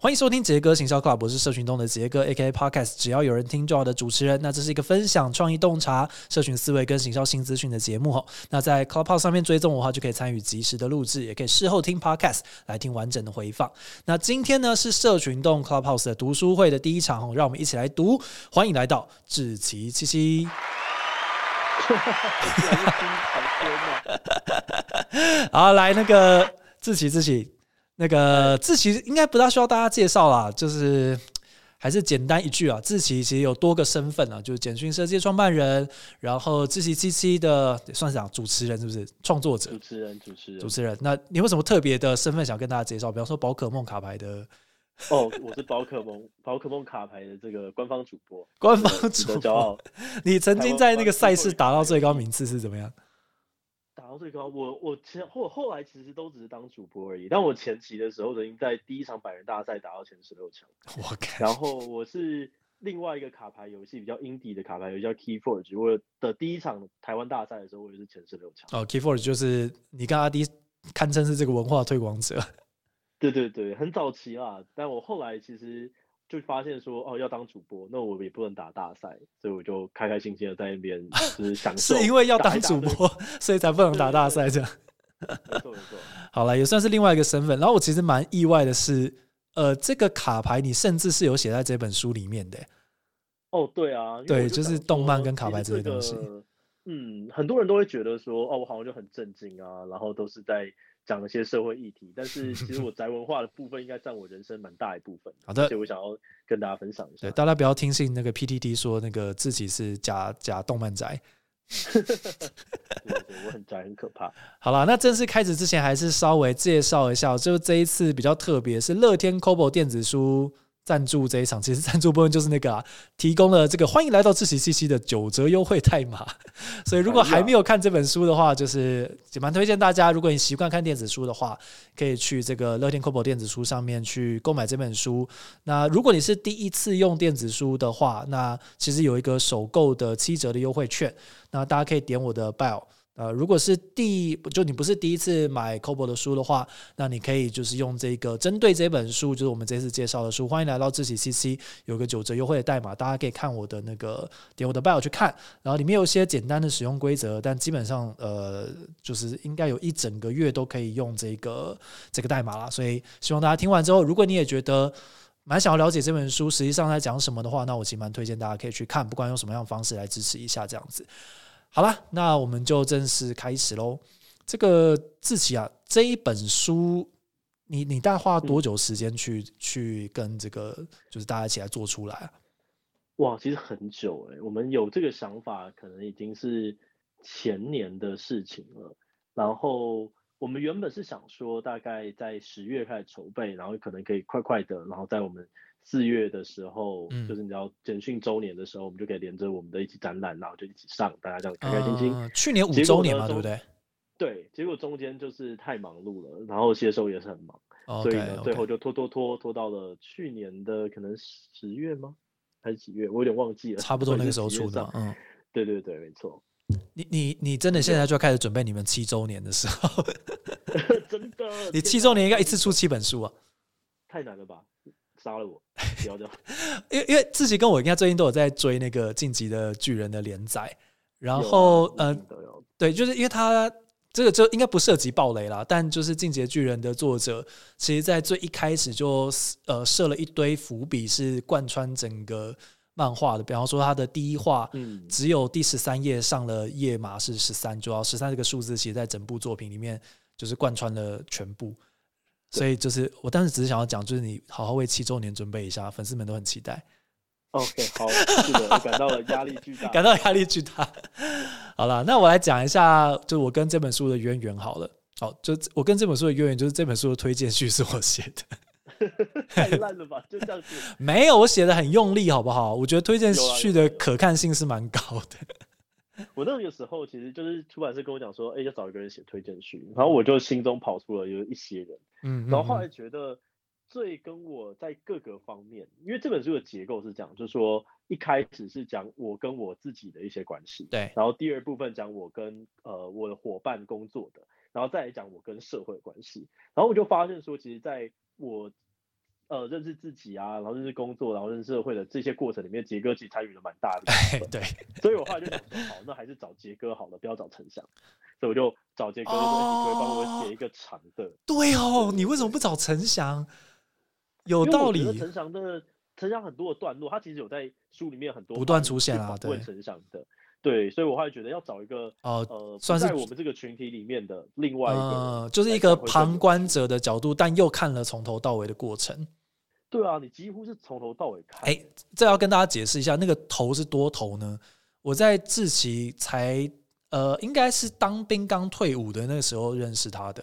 欢迎收听杰哥行销 Club， 我是社群中的杰哥 AKA Podcast 只要有人听就好的主持人。那这是一个分享创意洞察、社群思维跟行销新资讯的节目。那在 Clubhouse 上面追踪我的话，就可以参与即时的录制，也可以事后听 Podcast 来听完整的回放。那今天呢是社群洞 Clubhouse 的读书会的第一场，让我们一起来读。欢迎来到志祺七七。好，来那个志祺。那个志祺应该不大需要大家介绍啦，就是还是简单一句啊。志祺其实有多个身份啊，就是简讯设计创办人，然后志祺七七的算是讲主持人，是不是创作者？主持人。那你有什么特别的身份想跟大家介绍？比方说宝可梦卡牌的。 哦，我是宝可梦卡牌的这个官方主播。 官方主播，你曾经在那个赛事打到最高名次是怎么样？ 打到最高，我后来其实都只是当主播而已，但我前期的时候已经在第一场百人大赛打到前16强。然后我是另外一个卡牌游戏比较 indie 的卡牌游戏叫 Keyforge， 我的第一场台湾大赛的时候，我也是前16强。 哦 ，Keyforge 就是你跟阿迪堪称是这个文化推广者。 对对对，很早期啦，但我后来其实就发现说，要当主播，那我也不能打大赛，所以我就开开心心的在那边就是享受。 是因为要当主播，所以才不能打大赛这样。 没错。 好了，也算是另外一个身份。然后我其实蛮意外的是，这个卡牌你甚至是有写在这本书里面的。 哦，对啊， 对，就是动漫跟卡牌这些东西。 很多人都会觉得说，我好像就很正经啊，然后都是在讲一些社会议题，但是其实我宅文化的部分应该占我人生蛮大一部分。好的，所以我想要跟大家分享一下。 对，大家不要听信那个 PTT 说那个自己是假动漫宅。 对，我很宅，很可怕。 好啦，那正式开始之前，还是稍微介绍一下，就这一次比较特别，是乐天 Kobo 电子书赞助这一场，其实赞助部分就是那个提供了这个欢迎来到志祺七七的9折优惠代码。所以如果还没有看这本书的话，就是蛮推荐大家，如果你习惯看电子书的话，可以去这个乐天 Kobo 电子书上面去购买这本书。那如果你是第一次用电子书的话，那其实有一个首购的7折的优惠券，那大家可以点我的 bio。如果是你不是第一次买 Kobo 的书的话，那你可以就是用这个针对这本书，就是我们这次介绍的书，欢迎来到志祺七七，有个9折优惠的代码，大家可以看我的那个点我的 bio 去看，然后里面有一些简单的使用规则，但基本上就是应该有1整个月都可以用这个代码啦，所以希望大家听完之后，如果你也觉得蛮想要了解这本书实际上在讲什么的话，那我其实蛮推荐大家可以去看，不管用什么样的方式来支持一下这样子。好啦，那我们就正式开始咯。这个志祺啊，这一本书你大概花多久时间去跟这个就是大家一起来做出来啊？ 哇，其实很久我们有这个想法可能已经是前年的事情了。然后我们原本是想说大概在10月开始筹备，然后可能可以快的，然后在我们4月的时候，就是你知道简讯周年的时候，我们就可以连着我们的一起展览，然后就一起上，大家这样开开心心。 去年5周年嘛，对不对？ 对，结果中间就是太忙碌了，然后写手也是很忙，所以呢，最后就拖到了去年的可能10月吗？还是几月？我有点忘记了。 差不多那个时候出的。 对，没错。 你真的现在就要开始准备你们7周年的时候？ 真的？ 你7周年应该一次出7本书啊？ 太难了吧！杀了我！不要这样。 因为志祺跟我应该最近都有在追那个《晋级的巨人》的连载，然后对，就是因为他这个就应该不涉及爆雷啦，但就是《进击的巨人》的作者，其实在最一开始就设了一堆伏笔，是贯穿整个漫画的。比方说，他的第1话，只有第13页上了页码是13，主要13这个数字，其实在整部作品里面就是贯穿了全部。所以就是我当时只是想要讲，就是你好好为7周年准备一下，粉丝们都很期待。 OK， 好，是的，我感到了压力巨大， 感到压力巨大。好了，那我来讲一下，就我跟这本书的渊源好了。好，就我跟这本书的渊源，就是这本书的推荐序是我写的。 太烂了吧，就这样子。 没有，我写的很用力，好不好？我觉得推荐序的可看性是蛮高的。 我那个时候其实就是出版社跟我讲说，要找一个人写推荐序，然后我就心中跑出了有一些人，然后后来觉得最跟我在各个方面，因为这本书的结构是这样，就是说一开始是讲我跟我自己的一些关系， 对， 然后第二部分讲我跟我的伙伴工作的，然后再来讲我跟社会的关系，然后我就发现说，其实在我认识自己啊，然后认识工作，然后认识社会的这些过程里面，杰哥其实参与了蛮大的一部分。 对， 所以我后来就想说，好，那还是找杰哥好了，不要找陈翔。所以我就找杰哥就说，你可不可以帮我写一个长的？ 对哦， 对你为什么不找陈翔？有因为我道理， 觉得陈翔很多的段落，他其实有在书里面很多不断话出现啊， 去访问对， 陈翔的。对，所以我后来觉得要找一个不算是在我们这个群体里面的另外一个人， 就是一个旁观者的角度，但又看了从头到尾的过程。 对啊，你几乎是从头到尾看。 哎，这要跟大家解释一下，那个头是多头呢？我在志奇才应该是当兵刚退伍的那个时候认识他的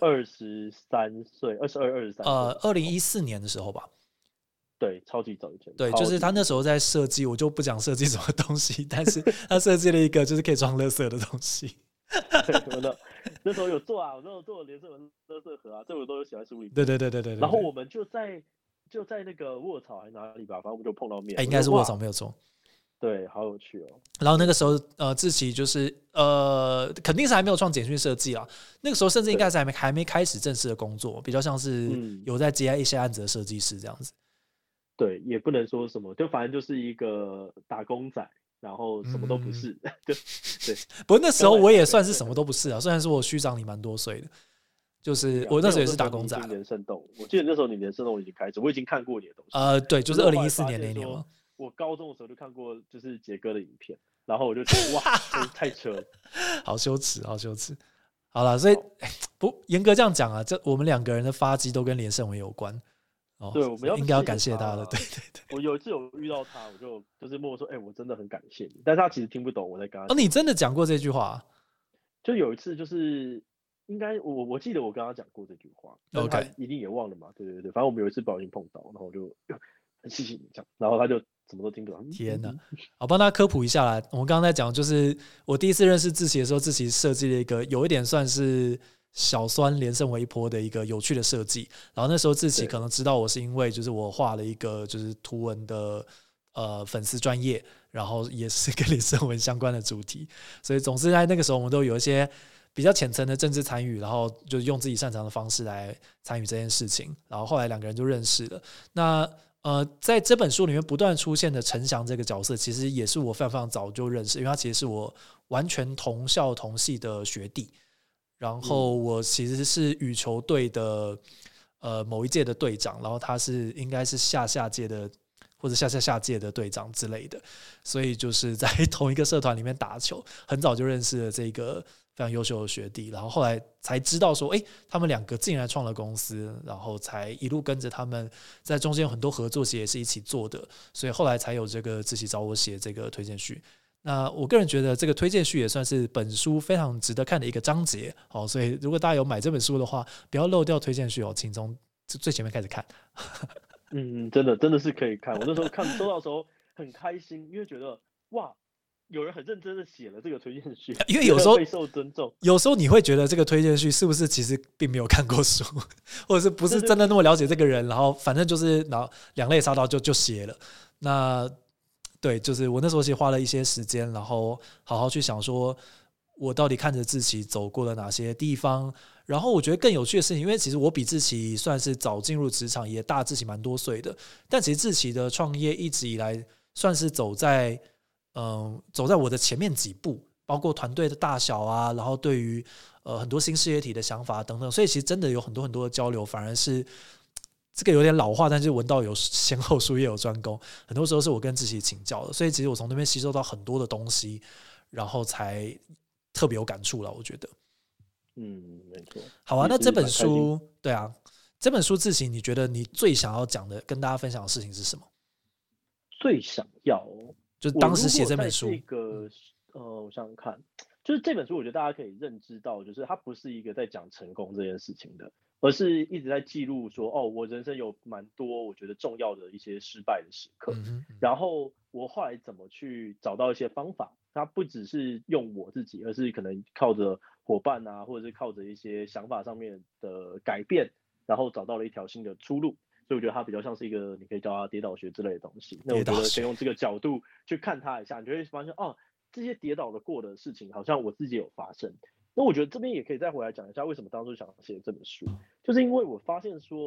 23岁，22、23岁。 2014年的时候吧。 对，超级早以前。 对，就是他那时候在设计，我就不讲设计什么东西，但是他设计了一个就是可以装垃圾的东西。 对，那时候有做啊，我那时候做了连胜文垃圾盒啊，这我都有写在书里面。 对。 然后我们就在那个卧槽还哪里吧，反正我们就碰到面。 应该是卧槽没有错。 对，好有趣哦。 然后那个时候志奇就是肯定是还没有创简讯设计啊，那个时候甚至应该是还没开始正式的工作，比较像是有在接一些案子的设计师这样子。 对，也不能说什么，就反正就是一个打工仔，然后什么都不是。对。 不过那时候我也算是什么都不是啊，虽然说我虚长你蛮多岁的，就是我那时候也是打工仔。 连胜洞，我记得那时候你连胜洞已经开始，我已经看过你的东西。 对，就是2014年那年嘛。 我高中的时候就看过，就是杰哥的影片，然后我就觉得哇，太扯了， 好羞耻，好羞耻。好了，所以不严格这样讲啊，这我们2个人的发迹都跟连胜文有关。 对，我们应该要感谢他的。对。 我有一次有遇到他，我就是默默说，我真的很感谢你，但是他其实听不懂我在跟他讲。 你真的讲过这句话？就有一次就是应该我记得我跟他讲过这句话，但他一定也忘了嘛。对，反正我们有一次不小心碰到，然后我就很谢谢你这样，然后他就什么都听不懂。 天哪！好，帮他科普一下啦。我们刚刚在讲，就是我第一次认识志奇的时候，志奇设计了一个有一点算是小酸连胜为一波的一个有趣的设计。然后那时候志奇可能知道我是因为就是我画了一个就是图文的粉丝专页，然后也是跟连胜文相关的主题，所以总之在那个时候我们都有一些比较浅层的政治参与，然后就用自己擅长的方式来参与这件事情，然后后来2个人就认识了。那在这本书里面不断出现的陈翔这个角色，其实也是我非常早就认识，因为他其实是我完全同校同系的学弟，然后我其实是羽球队的某一届的队长，然后他是应该是下届的或者下届的队长之类的，所以就是在同一个社团里面打球，很早就认识了这个非常优秀的学弟，然后后来才知道说，他们2个竟然创了公司，然后才一路跟着他们，在中间有很多合作，其实也是一起做的，所以后来才有这个志奇找我写这个推荐序。那我个人觉得这个推荐序也算是本书非常值得看的一个章节，所以如果大家有买这本书的话，不要漏掉推荐序请从最前面开始看。 真的是可以看。我那时候收到的时候很开心，因为觉得哇，有人很认真的写了这个推荐序， 因为有时候备受尊重。 有时候你会觉得这个推荐序是不是其实并没有看过书，或者是不是真的那么了解这个人，然后反正就是然后两肋插刀就写了。那对，就是我那时候其实花了一些时间，然后好好去想说，我到底看着志奇走过了哪些地方。然后我觉得更有趣的事情，因为其实我比志奇算是早进入职场，也大志奇蛮多岁的，但其实志奇的创业一直以来算是走在我的前面几步，包括团队的大小啊，然后对于很多新事业体的想法等等，所以其实真的有很多的交流，反而是这个有点老话，但是文道有先后术业有专攻，很多时候是我跟志奇请教的，所以其实我从那边吸收到很多的东西，然后才特别有感触了，我觉得。 没错。 好啊，那这本书，对啊，这本书志奇，你觉得你最想要讲的、跟大家分享的事情是什么？ 最想要， 就是当时写这本书。 我想想看，就是这本书，我觉得大家可以认知到，就是它不是一个在讲成功这件事情的，而是一直在记录说，我人生有蛮多我觉得重要的一些失败的时刻，然后我后来怎么去找到一些方法，它不只是用我自己，而是可能靠着伙伴啊，或者是靠着一些想法上面的改变，然后找到了一条新的出路。所以我觉得它比较像是一个，你可以叫它跌倒学之类的东西。那我觉得可以用这个角度去看它一下，你就会发现这些跌倒的过的事情，好像我自己有发生。那我觉得这边也可以再回来讲一下，为什么当初想写这本书，就是因为我发现说，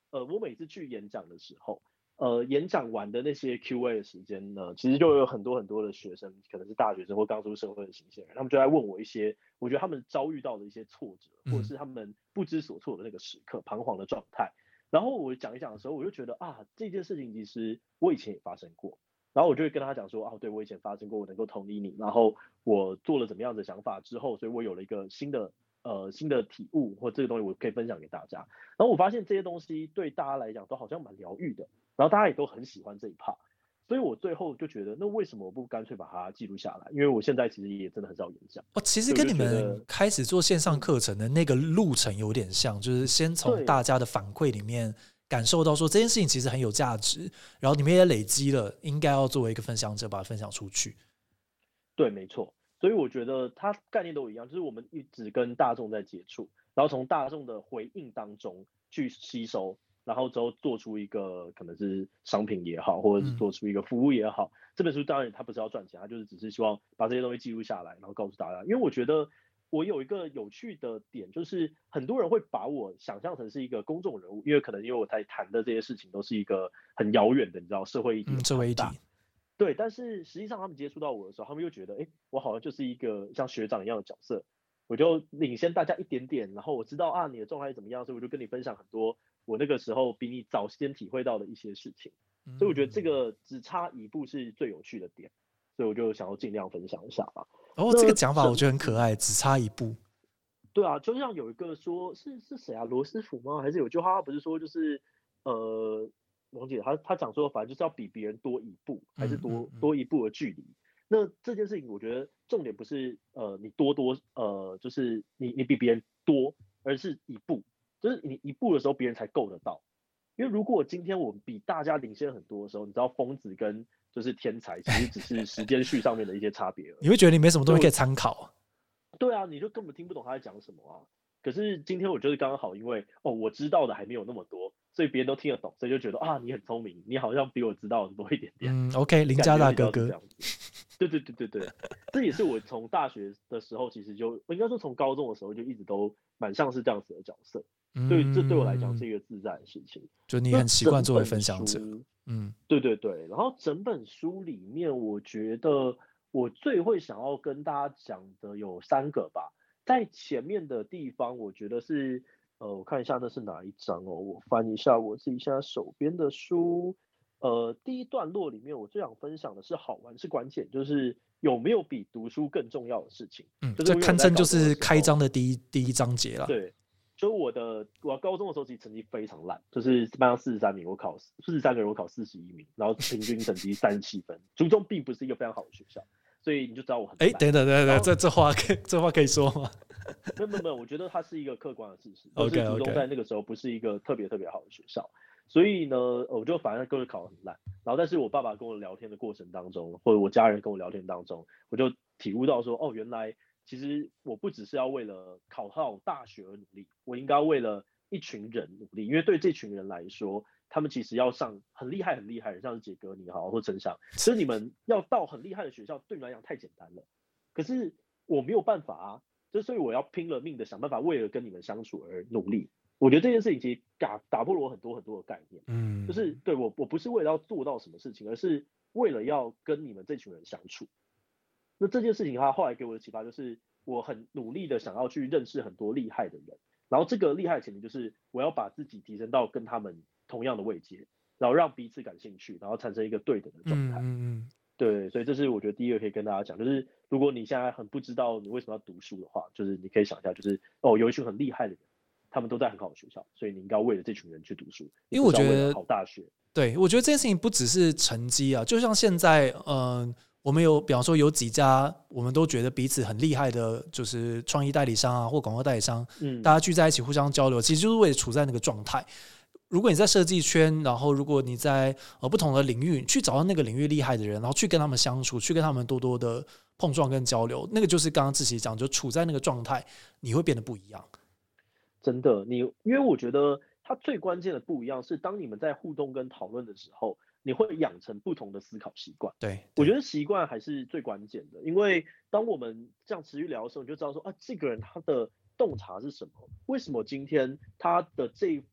我每次去演讲的时候，演讲完的那些 Q&A 的时间呢，其实就有很多很多的学生，可能是大学生或刚出社会的新鲜人，他们就在问我一些我觉得他们遭遇到的一些挫折，或者是他们不知所措的那个时刻、彷徨的状态。然后我讲一讲的时候，我就觉得啊，这件事情其实我以前也发生过。然后我就会跟他讲说，啊，对，我以前发生过，我能够同理你，然后我做了怎么样的想法之后，所以我有了一个新的体悟，或这个东西我可以分享给大家。然后我发现这些东西对大家来讲都好像蛮疗愈的，然后大家也都很喜欢这一 part，所以我最后就觉得，那为什么我不干脆把它记录下来？因为我现在其实也真的很少演讲。 其实跟你们开始做线上课程的那个路程有点像，就是先从大家的反馈里面感受到说这件事情其实很有价值，然后你们也累积了，应该要作为一个分享者把它分享出去。 对，没错。所以我觉得它概念都一样，就是我们一直跟大众在接触，然后从大众的回应当中去吸收，然后之后做出一个可能是商品也好，或者是做出一个服务也好。这本书当然它不是要赚钱，它就是只是希望把这些东西记录下来，然后告诉大家。因为我觉得我有一个有趣的点，就是很多人会把我想象成是一个公众人物，因为我在谈的这些事情都是一个很遥远的，你知道社会议题， 社会议题。 对，但是实际上他们接触到我的时候，他们又觉得，哎，我好像就是一个像学长一样的角色，我就领先大家一点点，然后我知道啊你的状态怎么样，所以我就跟你分享很多我那个时候比你早先体会到的一些事情，所以我觉得这个只差一步是最有趣的点，所以我就想要尽量分享一下吧。 这个讲法我觉得很可爱，只差一步。 对啊，就像有一个说是谁啊，罗斯福吗？还是有句话他不是说就是王姐他讲说，反正就是要比别人多一步，还是多一步的距离。那这件事情，我觉得重点不是你就是你比别人多，而是一步，就是你一步的时候，别人才够得到。因为如果今天我们比大家领先很多的时候，你知道疯子跟就是天才其实只是时间序上面的一些差别而已。 你会觉得你没什么东西可以参考。 对啊，你就根本听不懂他在讲什么啊。可是今天我就是刚好，因为我知道的还没有那么多，所以别人都听得懂，所以就觉得啊你很聪明，你好像比我知道的多一点点。 OK， 邻家大哥哥。 对，这也是我从大学的时候，其实我应该说从高中的时候就一直都蛮像是这样子的角色。对，这对我来讲是一个自在的事情。 就你很习惯作为分享者。 对。然后整本书里面，我觉得我最会想要跟大家讲的有3个吧。在前面的地方，我觉得是我看一下那是哪一章哦，我翻一下我自己现在手边的书。第一段落里面，我最想分享的是好玩是关键，就是有没有比读书更重要的事情。 这堪称就是开章的第一章节了。 对，就我高中的时候其实成绩非常烂，就是班上43名，我考43个人，我考41名，然后平均成绩37分。竹中并不是一个非常好的学校。所以你就知道我很烂。 等等，这话可以说吗？ 没有，我觉得它是一个客观的事实。就是竹中在那个时候不是一个特别好的学校，所以呢，我就反正都是考得很烂。然后，但是我爸爸跟我聊天的过程当中，或者我家人跟我聊天当中，我就体悟到说，原来其实我不只是要为了考上大学而努力，我应该为了一群人努力，因为对这群人来说。他们其实要上很厉害的，像是杰哥你好或陈翔，所以你们要到很厉害的学校，对你们来讲太简单了。可是我没有办法啊，所以我要拼了命的想办法，为了跟你们相处而努力。我觉得这件事情其实打破了我很多的概念，就是对我不是为了要做到什么事情，而是为了要跟你们这群人相处。那这件事情他后来给我的启发就是，我很努力的想要去认识很多厉害的人，然后这个厉害的前提就是我要把自己提升到跟他们同样的位阶，然后让彼此感兴趣，然后产生一个对等的状态。对，所以这是我觉得第一个可以跟大家讲，就是如果你现在很不知道你为什么要读书的话，就是你可以想一下，就是有一群很厉害的人，他们都在很好的学校，所以你应该为了这群人去读书， 因为我觉得好大学。 对，我觉得这件事情不只是成绩啊，就像现在我们比方说有几家我们都觉得彼此很厉害的，就是创意代理商啊或广告代理商，大家聚在一起互相交流，其实就是为了处在那个状态。如果你在设计圈，然后如果你在不同的领域去找到那个领域厉害的人，然后去跟他们相处，去跟他们多多的碰撞跟交流，那个就是刚刚志祺讲，就处在那个状态，你会变得不一样。 真的，因为我觉得它最关键的不一样是，当你们在互动跟讨论的时候，你会养成不同的思考习惯。 对， 我觉得习惯还是最关键的，因为当我们这样持续聊的时候，你就知道说这个人他的洞察是什么？为什么今天他的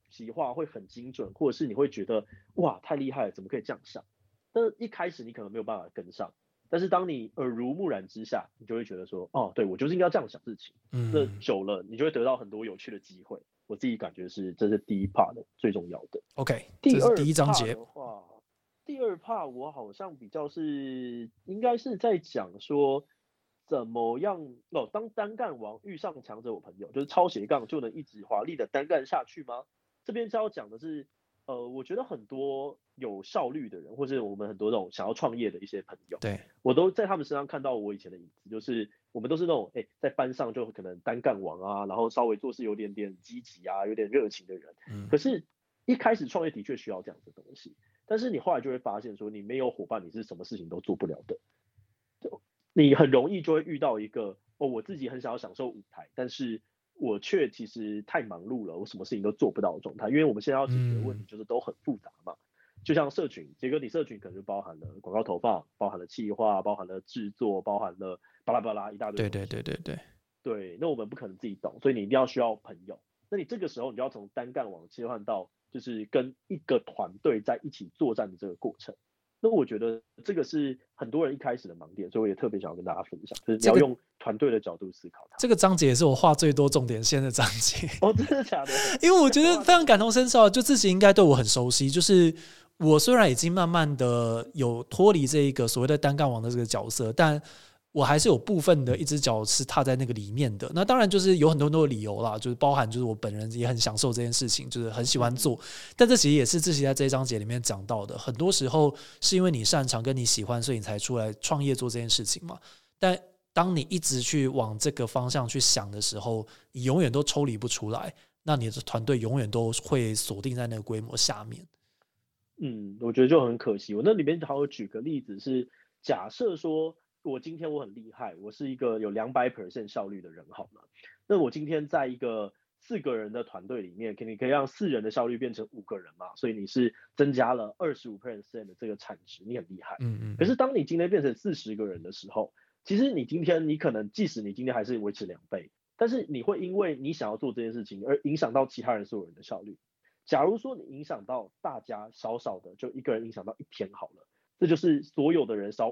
极化，会很精准，或者是你会觉得哇太厉害了，怎么可以这样想？但一开始你可能没有办法跟上，但是当你耳濡目染之下，你就会觉得说，哦，对我就是应该这样想事情。那久了，你就会得到很多有趣的机会。我自己感觉这是第一 part 的最重要的。 OK， 第二这是第一章节的话，第二 part 我好像比较应该是在讲说怎么样哦，当单干王遇上强者我朋友，就是超斜杠就能一直华丽的单干下去吗？这边是要讲的是，我觉得很多有效率的人，或者我们很多那种想要创业的一些朋友， 对我都在他们身上看到我以前的影子，就是我们都是那种在班上就可能单干王啊，然后稍微做事有点积极啊，有点热情的人。可是一开始创业的确需要这样子的东西，但是你后来就会发现说，你没有伙伴，你是什么事情都做不了的。你很容易就会遇到一个我自己很想要享受舞台，但是我却其实太忙碌了，我什么事情都做不到的状态。因为我们现在要解决的问题就是都很复杂嘛，就像社群，杰哥你社群可能就包含了广告投放，包含了企划，包含了制作，包含了巴拉巴拉一大堆。对，那我们不可能自己懂，所以你一定要需要朋友。那你这个时候你就要从单干网切换到就是跟一个团队在一起作战的这个过程。那我觉得这个是很多人一开始的盲点，所以我也特别想要跟大家分享，就是你要用团队的角度思考它。 这个章节也是我画最多重点线的章节。 哦，真的假的？ 因为我觉得非常感同身受，就自己应该对我很熟悉。就是我虽然已经慢慢的有脱离这一个所谓的单干王的这个角色，但我还是有部分的一只脚是踏在那个里面的。那当然就是有很多的理由啦，就是包含就是我本人也很享受这件事情，就是很喜欢做。但这其实也是自己在这一章节里面讲到的，很多时候是因为你擅长跟你喜欢，所以你才出来创业做这件事情嘛。但当你一直去往这个方向去想的时候，你永远都抽离不出来，那你的团队永远都会锁定在那个规模下面。 我觉得就很可惜。我那里面还有举个例子是，假设说我今天我很厉害，我是一个有200% 效率的人好了，那我今天在一个4个人的团队里面，你可以让4人的效率变成5个人嘛，所以你是增加了25% 的这个产值，你很厉害。可是当你今天变成40个人的时候，其实你可能即使你今天还是维持2倍，但是你会因为你想要做这件事情而影响到其他人所有人的效率。假如说你影响到大家少少的，就一个人影响到1天好了，这就是所有的人少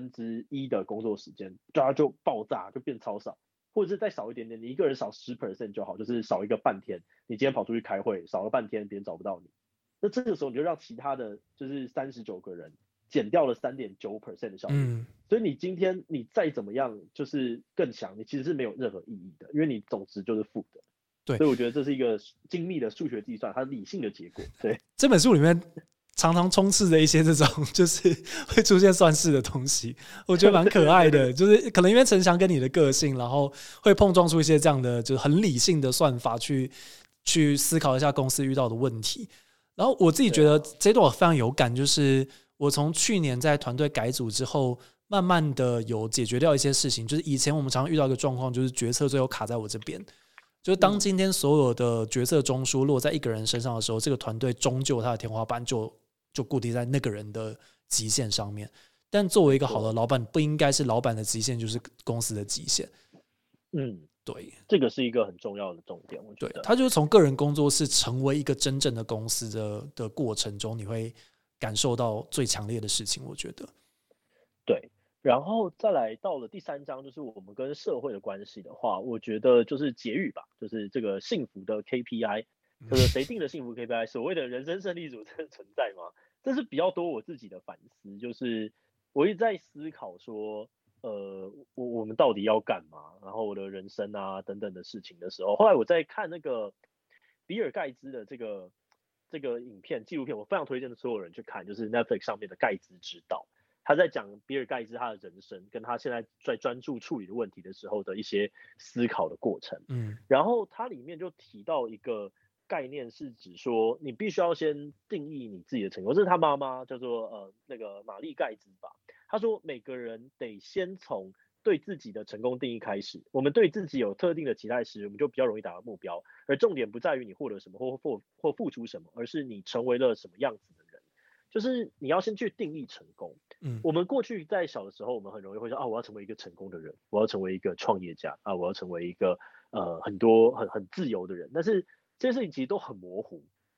1/5的工作时间，大家就爆炸，就变超少。或者是再少一点点，你一个人少10% 就好，就是少一个半天。你今天跑出去开会，少了半天，别人找不到你。那这个时候你就让其他的就是39个人减掉了3.9% 的效率。所以你今天你再怎么样就是更强，你其实是没有任何意义的，因为你总值就是负的。 对， 所以我觉得这是一个精密的数学计算，它理性的结果。对， 这本书里面常常充斥着一些这种就是会出现算式的东西，我觉得蛮可爱的。就是可能因为陈翔跟你的个性，然后会碰撞出一些这样的就是很理性的算法去思考一下公司遇到的问题。然后我自己觉得这段我非常有感，就是我从去年在团队改组之后，慢慢的有解决掉一些事情。就是以前我们常常遇到一个状况，就是决策最后卡在我这边。就是当今天所有的决策中枢落在一个人身上的时候，这个团队终究它的天花板就固定在那个人的极限上面。但作为一个好的老板，不应该是老板的极限就是公司的极限。对， 这个是一个很重要的重点，我觉得。 对，他就是从个人工作室成为一个真正的公司的过程中，你会感受到最强烈的事情，我觉得。 对。然后再来到了第3章，就是我们跟社会的关系的话，我觉得就是结语吧，就是这个幸福的 KPI， 就是谁定的幸福 KPI？ 所谓的人生胜利组真的存在吗？这是比较多我自己的反思，就是我一直在思考说，我们到底要干嘛？然后我的人生啊等等的事情的时候，后来我在看那个比尔盖茨的这个影片纪录片，我非常推荐所有人去看，就是 Netflix 上面的盖茨之道。他在讲比尔盖茨他的人生，跟他现在在专注处理的问题的时候的一些思考的过程。然后他里面就提到一个概念，是指说你必须要先定义你自己的成功。这是他妈妈叫做那个玛丽盖茨吧。他说每个人得先从对自己的成功定义开始。我们对自己有特定的期待时，我们就比较容易达到目标。而重点不在于你获得什么或付出什么，而是你成为了什么样子的人。就是你要先去定义成功。我们过去在小的时候，我们很容易会说我要成为一个成功的人，我要成为一个创业家我要成为一个很自由的人。但是这些事情其实都很模糊。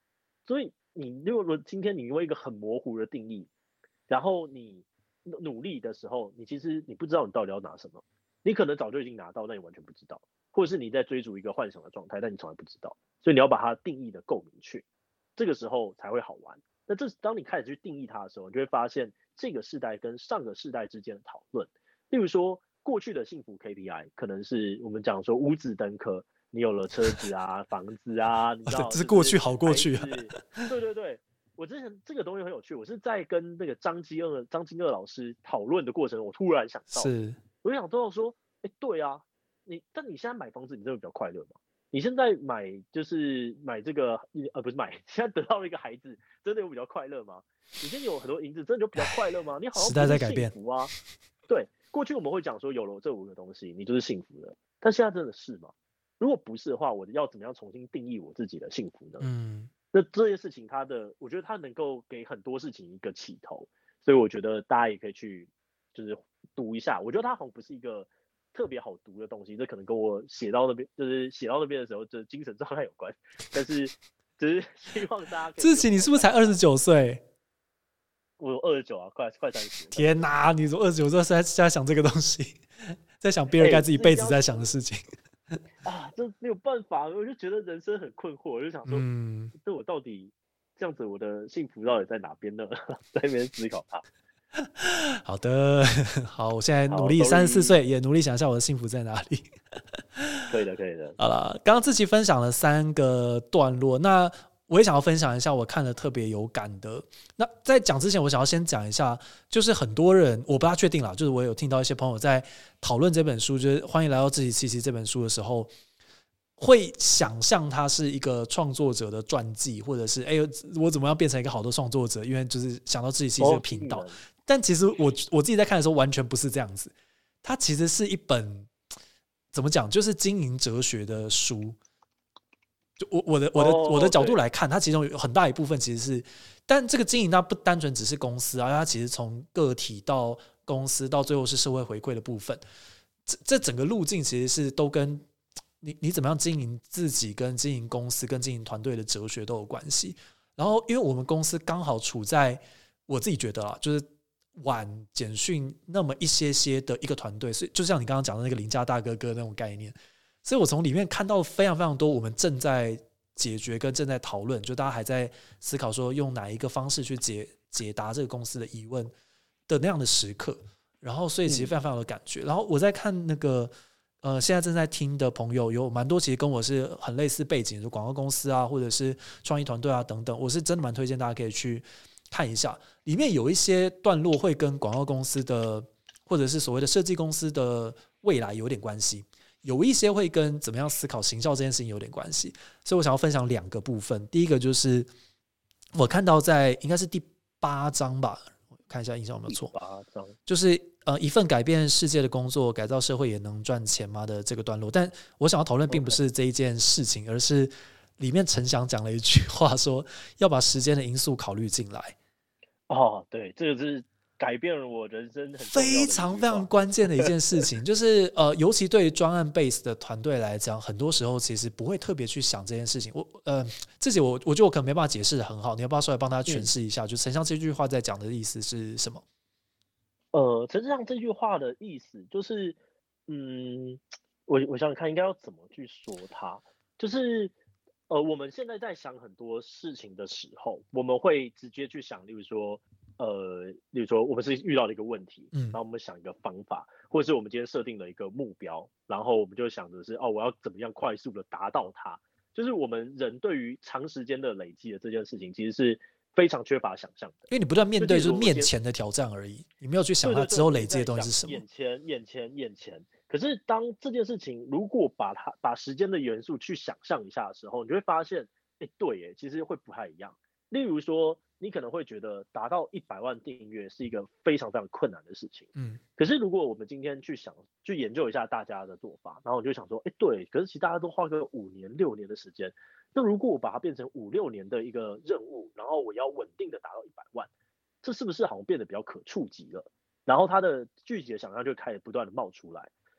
所以你如果今天你用一个很模糊的定义，然后你努力的时候，其实你不知道你到底要拿什么，你可能早就已经拿到，但你完全不知道，或者是你在追逐一个幻想的状态，但你从来不知道，所以你要把它定义的够明确，这个时候才会好玩。那当你开始去定义它的时候，你就会发现这个世代跟上个世代之间的讨论，例如说过去的幸福 KPI 可能是我们讲说五子登科，你有了车子啊、房子啊，你知道， 这是过去好过去啊。 对对对，我之前这个东西很有趣，我是在跟那个张金二老师讨论的过程，我突然想到，我就想到说，哎，对啊，但你现在买房子，你真的比较快乐吗？你现在就是买这个，不是买，现在得到了一个孩子，真的有比较快乐吗？你现在有很多银子，真的就比较快乐吗？你好像不是幸福啊。对，过去我们会讲说有了这5个东西，你就是幸福的，但现在真的是吗？如果不是的话，我要怎么样重新定义我自己的幸福呢？那这些事情我觉得它能够给很多事情一个起头，所以我觉得大家也可以去就是读一下，我觉得它好像不是一个特别好读的东西，这可能跟我写到那边的时候，就是精神状态有关。但是只是希望大家可以。 志奇，你是不是才29岁？ 我有29啊，快30。 天哪，你从29岁在想这个东西，在想比尔盖茨一辈子在想的事情。 啊，这没有办法，我就觉得人生很困惑，我就想说，这我到底这样子，我的幸福到底在哪边呢？在那边思考它。 好的，好，我现在努力34岁，也努力想一下我的幸福在哪里。 可以的，可以的。 好了，刚刚志奇分享了3个段落，那我也想要分享一下我看了特别有感的。那在讲之前，我想要先讲一下，就是很多人我不大确定啦，就是我有听到一些朋友在讨论这本书，就是欢迎来到志奇七七这本书的时候，会想象它是一个创作者的传记，或者是我怎么样变成一个好的创作者，因为就是想到志奇七七这个频道。但其实我自己在看的时候，完全不是这样子。它其实是一本怎么讲，就是经营哲学的书。就我的角度来看，它其中有很大一部分其实是，但这个经营它不单纯只是公司啊，它其实从个体到公司到最后是社会回馈的部分，这整个路径其实是都跟你怎么样经营自己、跟经营公司、跟经营团队的哲学都有关系。然后，因为我们公司刚好处在我自己觉得啊，就是晚简讯那么一些的一个团队，所以就像你刚刚讲的那个邻家大哥哥那种概念。所以我从里面看到非常非常多我们正在解决跟正在讨论，就大家还在思考说用哪一个方式去解答这个公司的疑问的那样的时刻。然后所以其实非常非常的感觉。然后我在看那个现在正在听的朋友有蛮多其实跟我是很类似背景，就广告公司啊，或者是创意团队啊等等，我是真的蛮推荐大家可以去看一下。里面有一些段落会跟广告公司的或者是所谓的设计公司的未来有点关系，有一些会跟怎么样思考行销这件事情有点关系，所以我想要分享2个部分。第一个就是我看到在应该是第8章吧，我看一下印象有没有错，就是一份改变世界的工作，改造社会也能赚钱吗的这个段落。但我想要讨论并不是这一件事情，而是里面陈翔讲了一句话，说要把时间的因素考虑进来。 哦，对，这个是改变了我人生很非常非常关键的一件事情，就是尤其对于专案 base 的团队来讲，很多时候其实不会特别去想这件事情。自己我觉得我可能没办法解释得很好，你要不要稍微帮他诠释一下？就陈翔这句话在讲的意思是什么？ 陈翔这句话的意思就是，我想想看应该要怎么去说它，就是我们现在在想很多事情的时候，我们会直接去想，例如说我们是遇到了一个问题，然后我们想一个方法，或者是我们今天设定了一个目标，然后我们就想着是我要怎么样快速的达到它。就是我们人对于长时间的累积的这件事情，其实是非常缺乏想象的， 因为你不断面对就是面前的挑战而已，你没有去想它之后累积的东西是什么。 眼前。可是当这件事情如果把时间的元素去想象一下的时候，你就会发现，对耶，其实会不太一样。例如说，你可能会觉得达到100万订阅是一个非常非常困难的事情，可是如果我们今天去研究一下大家的做法，然后我就想说，对，可是其实大家都花个5年6年的时间，那如果我把它变成5、6年的一个任务，然后我要稳定的达到100万，这是不是好像变得比较可触及了？然后它的具体的想象就开始不断的冒出来。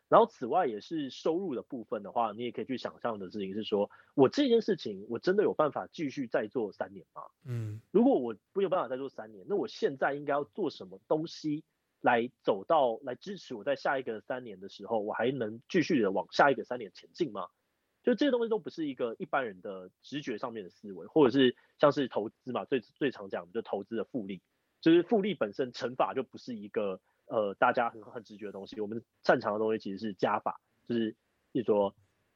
然后此外也是收入的部分的话，你也可以去想象的事情是说，我这件事情我真的有办法继续再做3年吗？如果我没有办法再做3年，那我现在应该要做什么东西来支持我在下一个3年的时候，我还能继续的往下一个3年前进吗？就这些东西都不是一个一般人的直觉上面的思维，或者是像是投资嘛，最常讲的就是投资的复利，就是复利本身乘法就不是一个大家很直觉的东西，我们擅长的东西其实是加法，就是比如说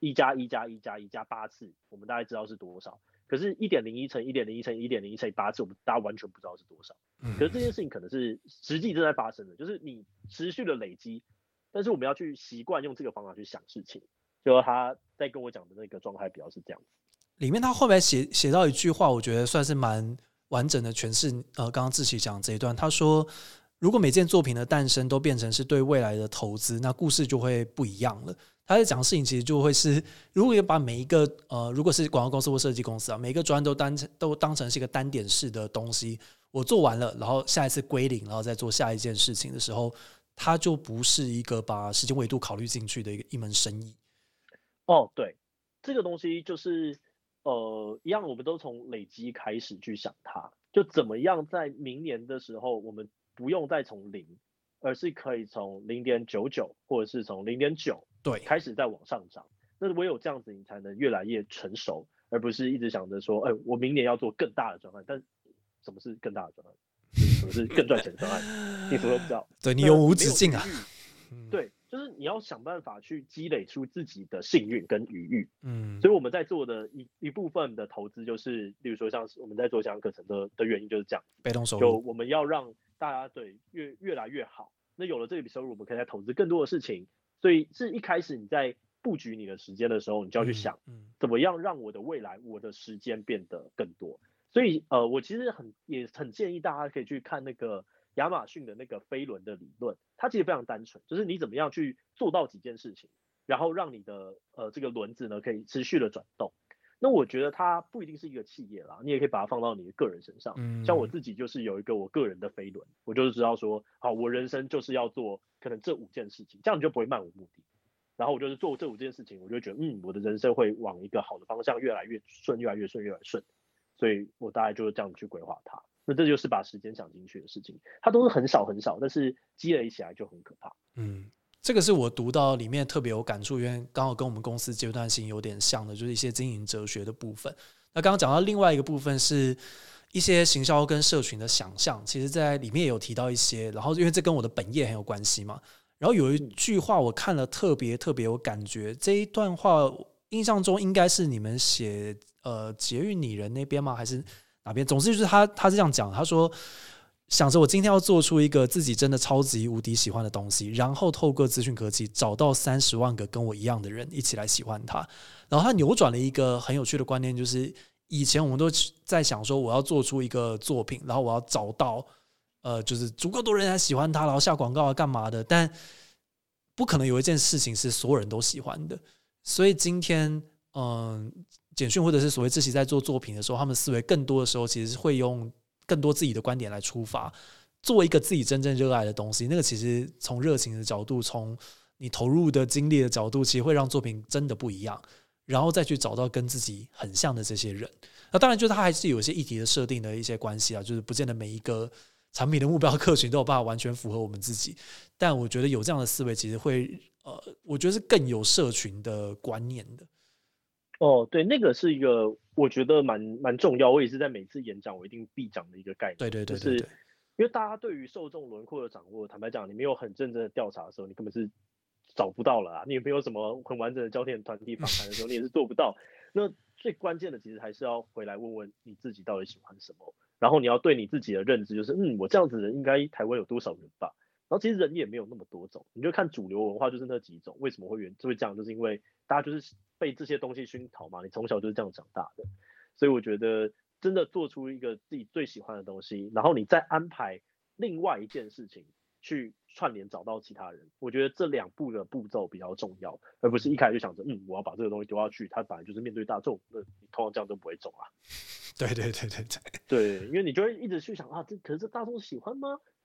1+1+1+1+8次，我们大概知道是多少。可是1.01乘1.01乘1.01乘以8次，我们大家完全不知道是多少。可是这件事情可能是实际正在发生的，就是你持续的累积，但是我们要去习惯用这个方法去想事情。就他在跟我讲的那个状态比较是这样子。 里面他后面写到一句话，我觉得算是蛮完整的诠释刚刚志祺讲这一段。他说，如果每件作品的诞生都变成是对未来的投资，那故事就会不一样了。他在讲的事情其实就会是，如果把每一个如果是广告公司或设计公司啊，每一个专案都当成是一个单点式的东西，我做完了，然后下一次归零，然后再做下一件事情的时候，它就不是一个把时间维度考虑进去的一门生意。 对，这个东西就是一样，我们都从累积开始去想它，就怎么样在明年的时候，我们不用再从0，而是可以从0.99或者是从0.9 对开始再往上涨。那唯有这样子，你才能越来越成熟，而不是一直想着说，我明年要做更大的专案。但什么是更大的专案？什么是更赚钱的专案？你什么都不知道。 对，你永无止境啊。 对，就是你要想办法去积累出自己的幸运跟余裕。所以我们在做的一部分的投资，就是例如说像我们在做这样课程的原因就是这样， 被动收入。 就我们要让大家对越来越好。那有了这笔收入，我们可以再投资更多的事情。所以是一开始你在布局你的时间的时候，你就要去想，怎么样让我的未来我的时间变得更多。所以我其实也很建议大家可以去看那个亚马逊的那个飞轮的理论，它其实非常单纯，就是你怎么样去做到几件事情，然后让你的这个轮子呢可以持续的转动。那我觉得它不一定是一个企业啦，你也可以把它放到你的个人身上。像我自己就是有一个我个人的飞轮，我就是知道说，好，我人生就是要做可能这5件事情，这样你就不会漫无目的。然后我就是做这5件事情，我就觉得我的人生会往一个好的方向越来越顺，越来越顺，越来越顺。所以我大概就是这样去规划它。那这就是把时间想进去的事情，它都是很少很少，但是积累起来就很可怕。 这个是我读到里面特别有感触，因为刚好跟我们公司阶段性有点像的，就是一些经营哲学的部分。那刚刚讲到另外一个部分是一些行销跟社群的想象，其实在里面也有提到一些，然后因为这跟我的本业很有关系嘛，然后有一句话我看了特别有感觉，这一段话印象中应该是你们写捷运拟人那边吗？还是哪边？总之就是他是这样讲，他说想着我今天要做出一个自己真的超级无敌喜欢的东西，然后透过资讯科技找到30万个跟我一样的人一起来喜欢它。然后他扭转了一个很有趣的观念，就是以前我们都在想说我要做出一个作品，然后我要找到就是足够多人来喜欢它，然后下广告啊干嘛的，但不可能有一件事情是所有人都喜欢的。所以今天简讯或者是所谓志祺在做作品的时候，他们思维更多的时候其实是会用更多自己的观点来出发，做一个自己真正热爱的东西。那个其实从热情的角度，从你投入的精力的角度，其实会让作品真的不一样，然后再去找到跟自己很像的这些人。那当然就是它还是有一些议题的设定的一些关系啊，就是不见得每一个产品的目标客群都有办法完全符合我们自己，但我觉得有这样的思维其实会我觉得是更有社群的观念的。 对，那个是一个我觉得蛮重要，我也是在每次演讲我一定必讲的一个概念。 对， 就是因为大家对于受众轮廓的掌握，坦白讲，你没有很认真的调查的时候，你根本是找不到了啊。你也没有什么很完整的焦点团体访谈的时候，你也是做不到。那最关键的其实还是要回来问问你自己到底喜欢什么，然后你要对你自己的认知就是，我这样子的人应该台湾有多少人吧？然后其实人也没有那么多种，你就看主流文化就是那几种。为什么会这样？就是因为大家就是被这些东西熏陶嘛，你从小就是这样长大的。所以我觉得真的做出一个自己最喜欢的东西，然后你再安排另外一件事情去串联找到其他人，我觉得这2步的步骤比较重要，而不是一开始就想着我要把这个东西丢下去，它本来就是面对大众，那你通常这样都不会中啊。 对， 对，因为你就会一直去想可是这大众喜欢吗？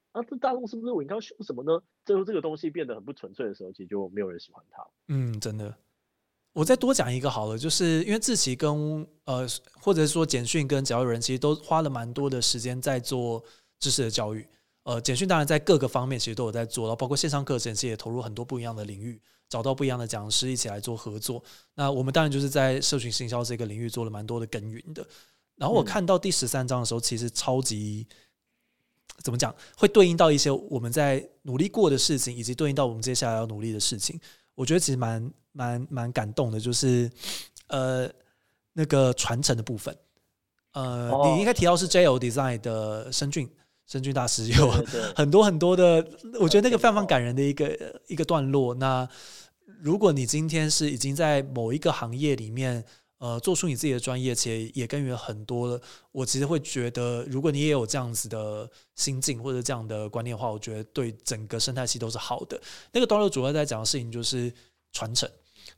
啊，这大众是不是我应该要修什么呢？最后这个东西变得很不纯粹的时候，其实就没有人喜欢它。 真的。我再多讲一个好了，就是因为志祺跟或者说简讯跟教育人，其实都花了蛮多的时间在做知识的教育。简讯当然在各个方面其实都有在做，然后包括线上课程，其实也投入很多不一样的领域，找到不一样的讲师一起来做合作。那我们当然就是在社群行销这个领域做了蛮多的耕耘的。然后我看到第13章的时候，其实超级怎么讲，会对应到一些我们在努力过的事情，以及对应到我们接下来要努力的事情。我觉得其实蛮感动的，就是那个传承的部分。你应该提到是 JL Design 的申俊大师有很多很多的，我觉得那个非常感人的一个段落。那如果你今天是已经在某一个行业里面做出你自己的专业，且也耕耘很多了，我其实会觉得，如果你也有这样子的心境或者这样的观念的话，我觉得对整个生态系都是好的。那个段落主要在讲的事情就是传承。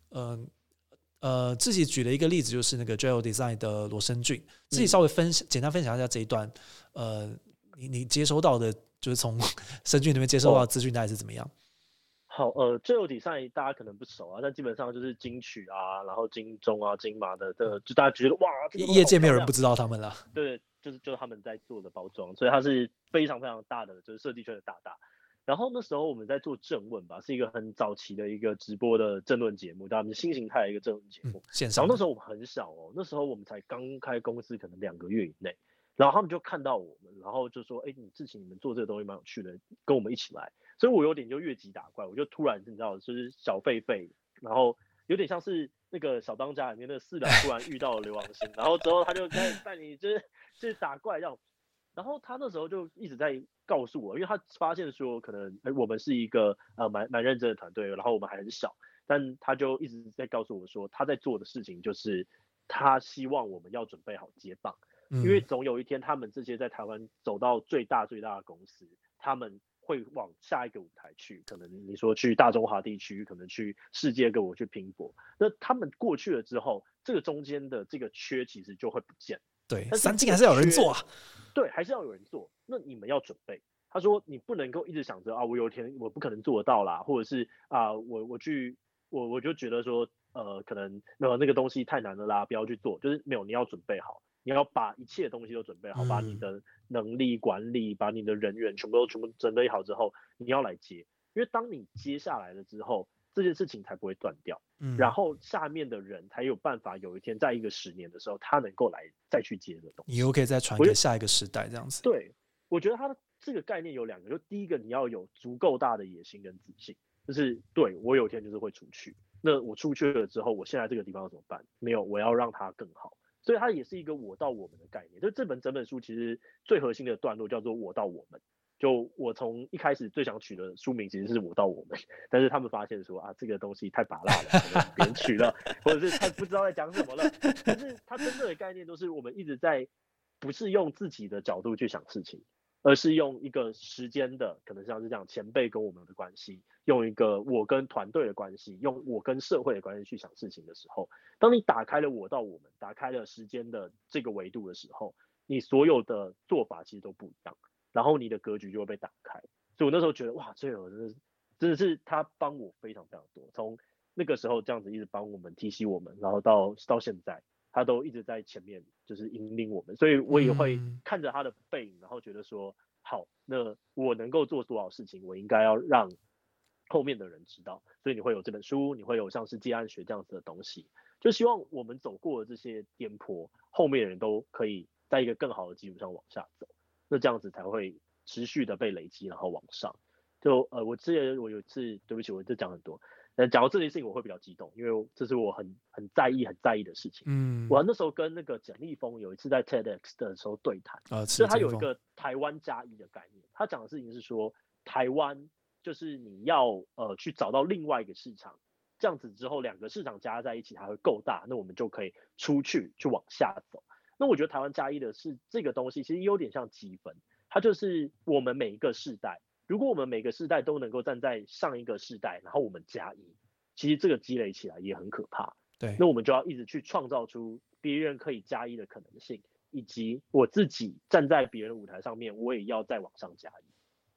自己举了一个例子，就是那个 JL Design 的罗生俊，自己稍微简单分享一下这一段。你接收到的，就是从生俊那边接收到的资讯大概是怎么样？ 好，JL Design 大家可能不熟啊，但基本上就是金曲啊，然后金钟啊、金马的，就大家觉得哇，这个业界没有人不知道他们了。 对，就是他们在做的包装，所以它是非常非常大的，就是设计圈的大大。然后那时候我们在做政论吧，是一个很早期的一个直播的政论节目，他们新形态的一个政论节目。 线上。 然后那时候我们很小哦，那时候我们才刚开公司，可能2个月以内。然后他们就看到我们，然后就说：“哎，你志祺，你们做这个东西蛮有趣的，跟我们一起来。”所以我有点就越级打怪，我就突然你知道，就是小狒狒，然后有点像是那个小当家里面那个四郎突然遇到了刘王星，然后之后他就开始带你就是打怪这样。然后他那时候就一直在告诉我，因为他发现说可能我们是一个蛮认真的团队，然后我们还很小，但他就一直在告诉我说他在做的事情就是他希望我们要准备好接棒。因为总有一天，他们这些在台湾走到最大的公司，他们会往下一个舞台去。可能你说去大中华地区，可能去世界各国去拼搏。那他们过去了之后，这个中间的这个缺其实就会不见。 对，但三金还是要有人做啊。 对，还是要有人做。那你们要准备。他说你不能够一直想着啊，我有一天我不可能做得到啦，或者是啊，我就觉得说可能那个东西太难了啦，不要去做。就是没有，你要准备好。你要把一切东西都准备好，把你的能力管理，把你的人员全部准备好之后，你要来接。因为当你接下来了之后，这件事情才不会断掉。然后下面的人才有办法有一天在一个10年的时候，他能够来再去接的东西， 你又可以再传给下一个时代这样子。 对，我觉得他的这个概念有2个，就第一个你要有足够大的野心跟自信，就是对我有一天就是会出去，那我出去了之后，我现在这个地方要怎么办？没有，我要让它更好。所以它也是一个我到我们的概念。就整本书其实最核心的段落叫做我到我们。就我从一开始最想取的书名其实是我到我们，但是他们发现说啊，这个东西太拔辣了，可能别人取了，或者是他不知道在讲什么了。但是它真正的概念都是我们一直在，不是用自己的角度去想事情，而是用一个时间的，可能像是这样前辈跟我们的关系，用一个我跟团队的关系，用我跟社会的关系去想事情的时候，当你打开了我到我们，打开了时间的这个维度的时候，你所有的做法其实都不一样，然后你的格局就会被打开。所以我那时候觉得哇，这个真的是他帮我非常非常多，从那个时候这样子一直帮我们提醒我们，然后到现在。他都一直在前面，就是引领我们，所以我也会看着他的背影，然后觉得说，好，那我能够做多少事情，我应该要让后面的人知道。所以你会有这本书，你会有像是接案学这样子的东西，就希望我们走过的这些颠簸，后面的人都可以在一个更好的基础上往下走，那这样子才会持续的被累积，然后往上。就我之前我有一次，对不起，我就讲很多。讲到这件事情，我会比较激动，因为这是我很在意的事情。我那时候跟那个简立峰有一次在 TEDx 的时候对谈，所以他有一个台湾加1的概念。他讲的事情是说，台湾就是你要去找到另外一个市场，这样子之后2个市场加在一起还会够大，那我们就可以出去往下走。那我觉得台湾加1的是这个东西，其实有点像积分，它就是我们每一个世代。如果我们每个世代都能够站在上一个世代，然后我们加1，其实这个积累起来也很可怕。 对， 那我们就要一直去创造出别人可以加1的可能性，以及我自己站在别人的舞台上面，我也要再往上加1。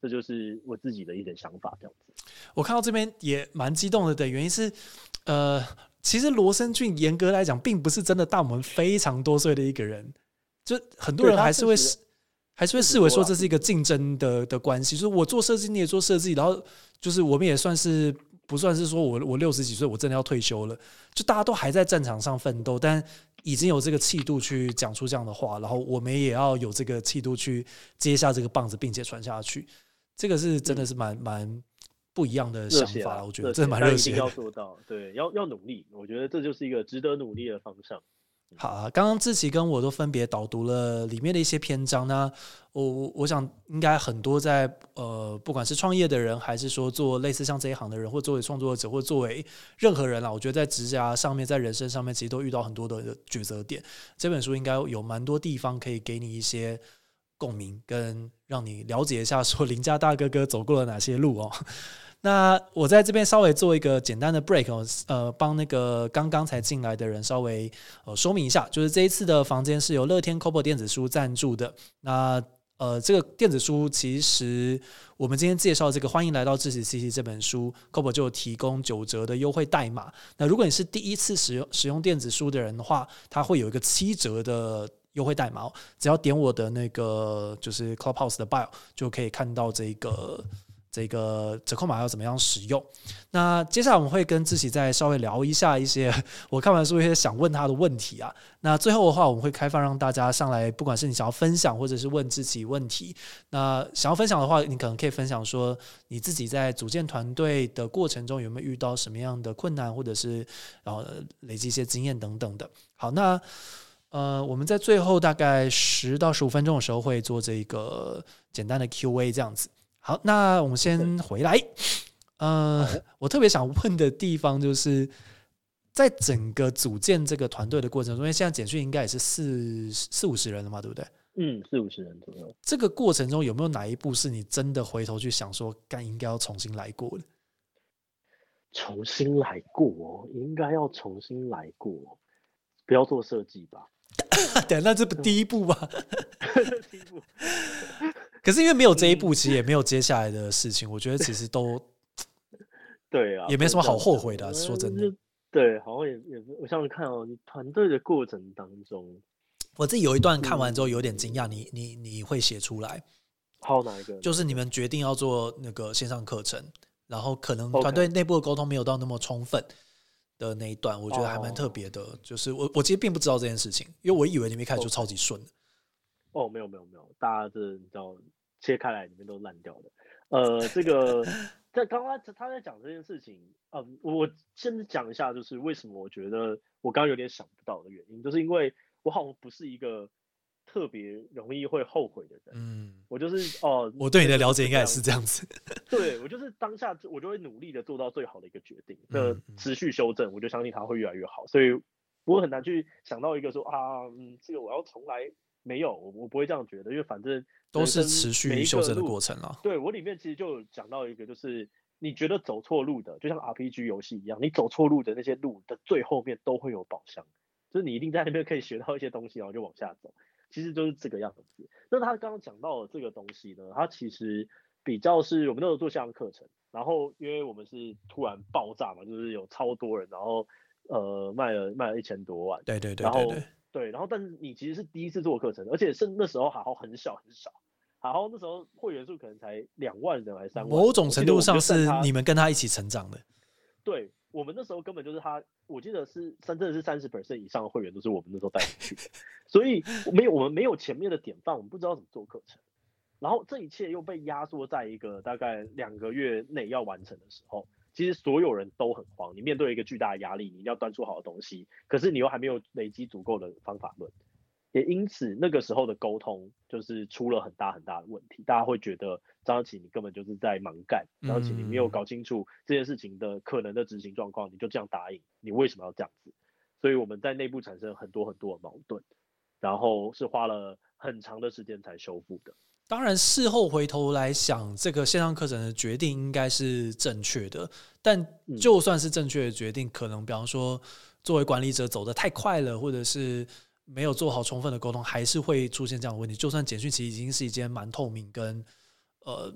这就是我自己的一点想法，这样子。 我看到这边也蛮激动的原因是，其实罗森俊严格来讲，并不是真的大我们非常多岁的一个人，就很多人还是会视为说这是一个竞争的关系，就是我做设计，你也做设计，然后就是我们也不算是说我60几岁，我真的要退休了，就大家都还在战场上奋斗，但已经有这个气度去讲出这样的话，然后我们也要有这个气度去接下这个棒子，并且传下去。这个是真的是蛮不一样的想法，我觉得真的蛮热血的。 一定要做到，对，要努力，我觉得这就是一个值得努力的方向。 好啊，刚刚志祺跟我都分别导读了里面的一些篇章呢。我想应该很多在不管是创业的人，还是说做类似像这一行的人，或作为创作者，或作为任何人啦，我觉得在职涯上面，在人生上面，其实都遇到很多的抉择点。这本书应该有蛮多地方可以给你一些共鸣，跟让你了解一下说林家大哥哥走过了哪些路哦。那我在这边稍微做一个简单的 break 帮那个刚刚才进来的人稍微说明一下，就是这一次的房间是由乐天 Kobo 电子书赞助的。那这个电子书其实我们今天介绍这个欢迎来到志祺 CC 这本书 Kobo 就有提供9折的优惠代码。那如果你是第一次使用电子书的人的话，它会有一个7折的优惠代码，只要点我的那个就是 Clubhouse 的 bio 就可以看到这个折扣码要怎么样使用。那接下来我们会跟志祺再稍微聊一些我看完书一些想问他的问题啊。那最后的话，我们会开放让大家上来，不管是你想要分享或者是问志祺问题。那想要分享的话，你可能可以分享说你自己在组建团队的过程中有没有遇到什么样的困难，或者是累积一些经验等等的。好，那我们在最后大概10到15分钟的时候会做这个简单的 Q&A 这样子。好，那我们先回来。我特别想问的地方就是在整个组建这个团队的过程中，因为现在简讯应该也是40-50人了嘛，对不对 ？40-50人左右。 这个过程中有没有哪一步是你真的回头去想说，应该要重新来过的？ 重新来过，应该要重新来过，不要做设计吧？ 对，那这不第一步吧？第一步。可是因为没有这一步，其实也没有接下来的事情。我觉得其实都对啊， 也没什么好后悔的。说真的， 对，好像也我想想看哦，你团队的过程当中， 我自己有一段看完之后有点惊讶，你会写出来。 好，哪一个？ 就是你们决定要做那个线上课程，然后可能团队内部的沟通没有到那么充分的那一段，我觉得还蛮特别的。就是我其实并不知道这件事情，因为我以为你们一开始就超级顺的。 没有，大家这你知道切开来里面都烂掉的。这个在刚刚他在讲这件事情，我先讲一下，就是为什么我觉得我刚刚有点想不到的原因，就是因为我好像不是一个特别容易会后悔的人。我就是我对你的了解应该也是这样子。 对，我就是当下我就会努力的做到最好的一个决定，持续修正，我就相信它会越来越好。所以我很难去想到一个说这个我要重来。没有，我不会这样觉得，因为反正都是持续修正的过程啦。 对，我里面其实就有讲到一个，就是你觉得走错路的，就像 RPG 游戏一样，你走错路的那些路的最后面都会有宝箱，就是你一定在那边可以学到一些东西，然后就往下走。其实就是这个样子。那他刚刚讲到的这个东西呢，它其实比较是我们那时候做线上课程，然后因为我们是突然爆炸嘛，就是有超多人，然后卖了1000多万。 对， 然后但是你其实是第一次做课程，而且是那时候好很少，好那时候会员数可能才2万人还是3万人， 某种程度上是你们跟他一起成长的。 对，我们那时候根本就是我记得是真的是30% 以上的会员都是我们那时候带进去的，所以我们没有前面的典范，我们不知道怎么做课程，然后这一切又被压缩在一个大概2个月内要完成的时候。其实所有人都很慌，你面对一个巨大的压力，你一定要端出好的东西，可是你又还没有累积足够的方法论，也因此那个时候的沟通就是出了很大的问题。大家会觉得张耀启你根本就是在盲干，张耀启你没有搞清楚这件事情的可能的执行状况，你就这样答应，你为什么要这样子？所以我们在内部产生很多的矛盾，然后是花了很长的时间才修复的。 当然事后回头来想，这个线上课程的决定应该是正确的，但就算是正确的决定，可能比方说作为管理者走得太快了，或者是没有做好充分的沟通，还是会出现这样的问题。就算简讯其实已经是一件蛮透明跟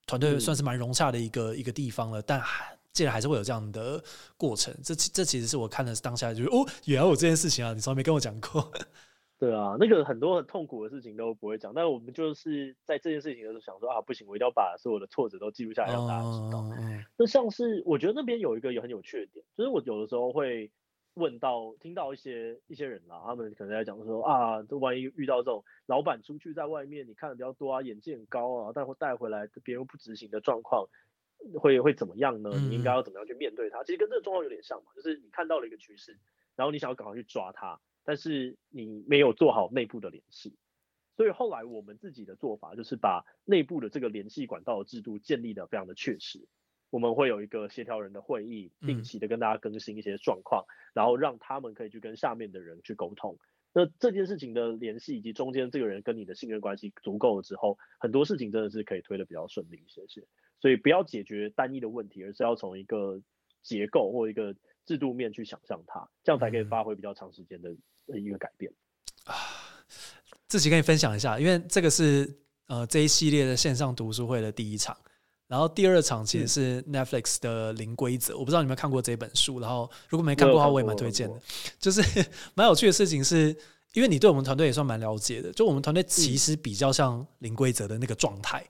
团队算是蛮融洽的一个地方了，但竟然还是会有这样的过程，这其实是我看的当下就是原来有这件事情啊，你从来没跟我讲过。 对啊，那个很多很痛苦的事情都不会讲，但我们就是在这件事情的时候想说啊，不行，我一定要把所有的挫折都记录下来，让大家知道。那像是我觉得那边有一个也很有趣的点，就是我有的时候会听到一些人啦，他们可能在讲说啊，这万一遇到这种老板出去在外面你看的比较多啊，眼界很高啊，但会带回来别人又不执行的状况，会怎么样呢？你应该要怎么样去面对它？其实跟这个状况有点像嘛，就是你看到了一个趋势，然后你想要赶快去抓它。但是你没有做好内部的联系，所以后来我们自己的做法就是把内部的这个联系管道的制度建立的非常的确实。我们会有一个协调人的会议，定期的跟大家更新一些状况，然后让他们可以去跟下面的人去沟通。那这件事情的联系以及中间这个人跟你的信任关系足够了之后，很多事情真的是可以推得比较顺利一些。所以不要解决单一的问题，而是要从一个结构或一个制度面去想象它，这样才可以发挥比较长时间的一个改变。 自己跟你分享一下，因为这个是这一系列的线上读书会的第一场，然后第二场其实是 Netflix 的零规则，我不知道你有没有看过这本书，然后如果没看过的话我也蛮推荐的。就是蛮有趣的事情是，因为你对我们团队也算蛮了解的，就我们团队其实比较像零规则的那个状态。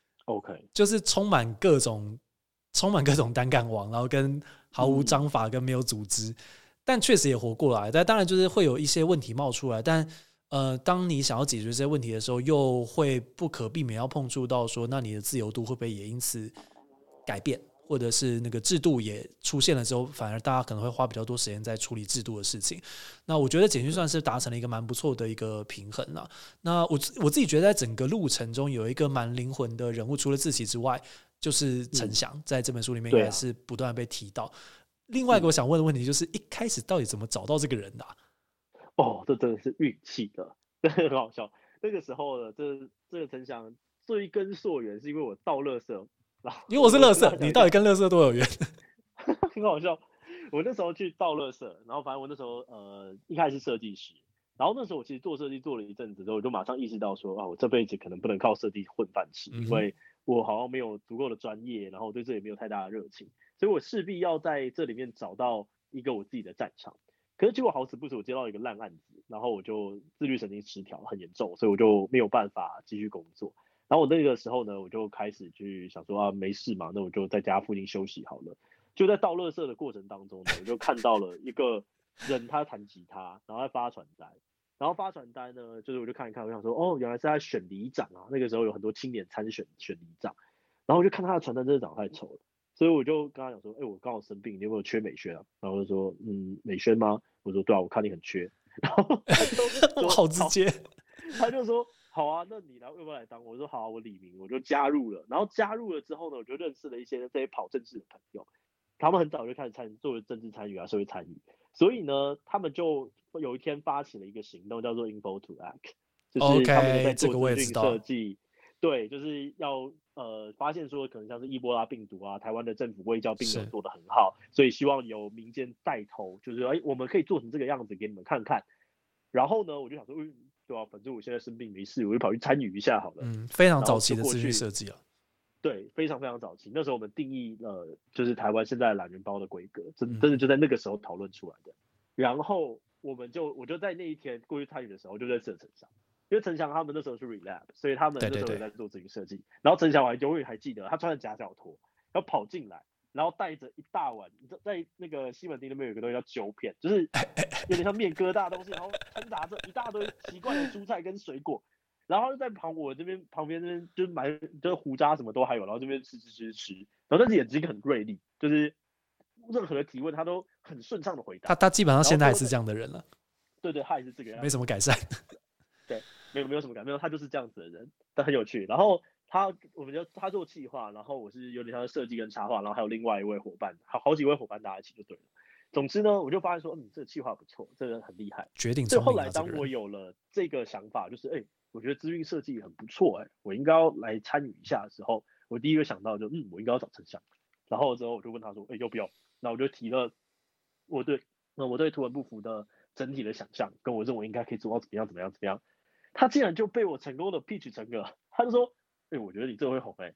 OK， 就是充满各种单干网，然后跟毫无章法跟没有组织，但确实也活过来。但当然就是会有一些问题冒出来，但当你想要解决这些问题的时候，又会不可避免要碰触到说，那你的自由度会不会也因此改变，或者是那个制度也出现了之后，反而大家可能会花比较多时间在处理制度的事情。那我觉得简讯算是达成了一个蛮不错的一个平衡啦。那我自己觉得在整个路程中有一个蛮灵魂的人物，除了志祺之外，就是陈翔，在这本书里面也是不断被提到。另外一个我想问的问题就是，一开始到底怎么找到这个人的啊？ 这真的是运气的，真的很好笑。那个时候呢，这个陈翔追根溯源是因为我倒垃圾，然后因为我是垃圾，你到底跟垃圾多有缘？ 很好笑。我那时候去倒垃圾，然后反正我那时候一开始是设计师，然后那时候我其实做设计做了一阵子之后，我就马上意识到说啊，我这辈子可能不能靠设计混饭吃，因为我好像没有足够的专业，然后我对这也没有太大的热情，所以我势必要在这里面找到一个我自己的战场。可是结果好死不死，我接到一个烂案子，然后我就自律神经失调很严重，所以我就没有办法继续工作。然后我那个时候呢，我就开始去想说啊，没事嘛，那我就在家附近休息好了。就在倒垃圾的过程当中呢，我就看到了一个人，他弹吉他，然后在发传单。然后发传单呢，就是我就看一看，我想说，哦，原来是在选里长啊。那个时候有很多青年参选里长，然后我就看他的传单真的长得太丑了，所以我就跟他讲说，我刚好生病，你有没有缺美宣啊？然后我就说，美宣吗？我说对啊，我看你很缺。然后他就说好直接， 他就说好啊，那你要不要来当？我说好啊，我李明，我就加入了。然后加入了之后呢，我就认识了一些这些跑政治的朋友，他们很早就开始做政治参与啊，社会参与。所以呢，他们就有一天发起了一个行动，叫做 Info to Act， 就是他们在做资讯设计。对，就是要发现说可能像是伊波拉病毒啊，台湾的政府卫教并没有做得很好，所以希望有民间带头，就是我们可以做成这个样子给你们看看。然后呢，我就想说，对啊，反正我现在生病没事，我就跑去参与一下好了。 非常早期的资讯设计啊。 对，非常非常早期。那时候我们定义了就是台湾现在懒人包的规格，真的就在那个时候讨论出来的。然后我就在那一天过去参与的时候，就认识了陈翔，因为陈翔他们那时候是 Relab， 所以他们那时候也在做资讯设计。然后陈翔我永远还记得，他穿着夹脚拖，然后跑进来，然后带着一大碗，在那个西门町那边有个东西叫揪片，就是有点像面疙瘩的东西，然后掺杂着一大堆奇怪的蔬菜跟水果。然后就在我这边旁边这边就是就是胡渣什么都还有，然后这边吃，然后但是眼睛很锐利，就是任何的提问他都很顺畅的回答。 他基本上现在还是这样的人了。 对，他也是这个样子， 没什么改善。 对，没有什么改变，他就是这样子的人，但很有趣。然后他做企划，然后我是有点像设计跟插画，然后还有另外一位伙伴，好几位伙伴大家一起就对了。总之呢，我就发现说，这个企划不错，这个人很厉害， 决定。 所以后来当我有了这个想法，就是我觉得资讯设计很不错，我应该要来参与一下的时候，我第一个想到就我应该要找陈翔。然后之后我就问他说，要不要？那我就提了我对图文不符的整体的想象，跟我认为应该可以做到怎么样。他竟然就被我成功的 pitch 成了，他就说，我觉得你这会红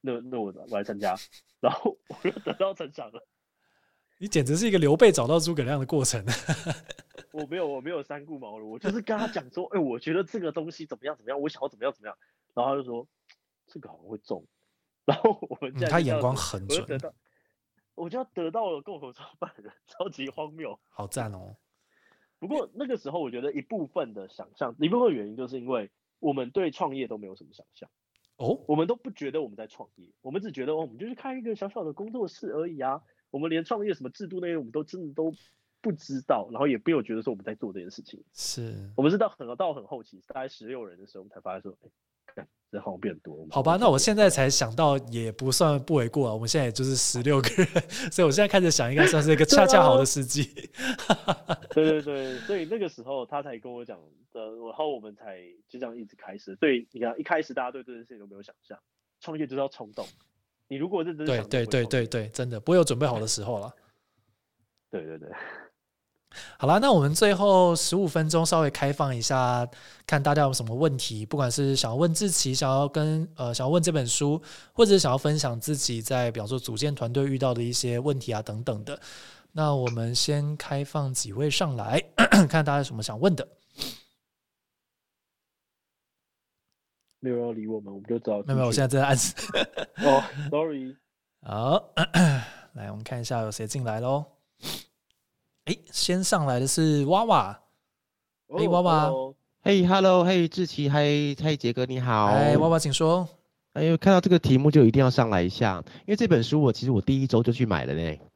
那我来参加，然后我就得到成长了。 你简直是一个刘备找到诸葛亮的过程。 我没有三顾茅庐，我就是跟他讲说，我觉得这个东西怎么样怎么样，我想要怎么样怎么样，然后他就说这个好像会中，然后我们他眼光很准， 我就得到了共同创办人，超级荒谬， 好赞哦。 不过那个时候我觉得一部分的想象，一部分原因就是因为我们对创业都没有什么想象。我们都不觉得我们在创业，我们只觉得我们就是开一个小小的工作室而已啊。我们连创业什么制度那些我们都真的都不知道，然后也没有觉得说我们在做这件事情。 是我们是到很后期，大概16人的时候，我们才发现说，这好像变多。 好吧，那我现在才想到，也不算不为过啊。我们现在也就是16个人，所以我现在开始想，应该算是一个恰恰好的时机。 对，所以那个时候他才跟我讲的，然后我们才就这样一直开始。所以你看，一开始大家对这件事情都没有想象，创业就是要冲动。你如果认真想， 对，真的不会有准备好的时候了。 对。 好啦，那我们最后15分钟稍微开放一下，看大家有什么问题，不管是想要问志祺，想要问这本书，或者是想要分享自己在比方说组建团队遇到的一些问题啊等等的。那我们先开放几位上来，看大家有什么想问的。 没有人要理我们，我们就找。 没有，我现在正在按。 sorry。 好，来我们看一下有谁进来咯。先上来的是娃娃。娃娃。 hello， 志祺，杰哥你好。 娃娃请说。 看到这个题目就一定要上来一下，因为这本书其实我第1周就去买了呢。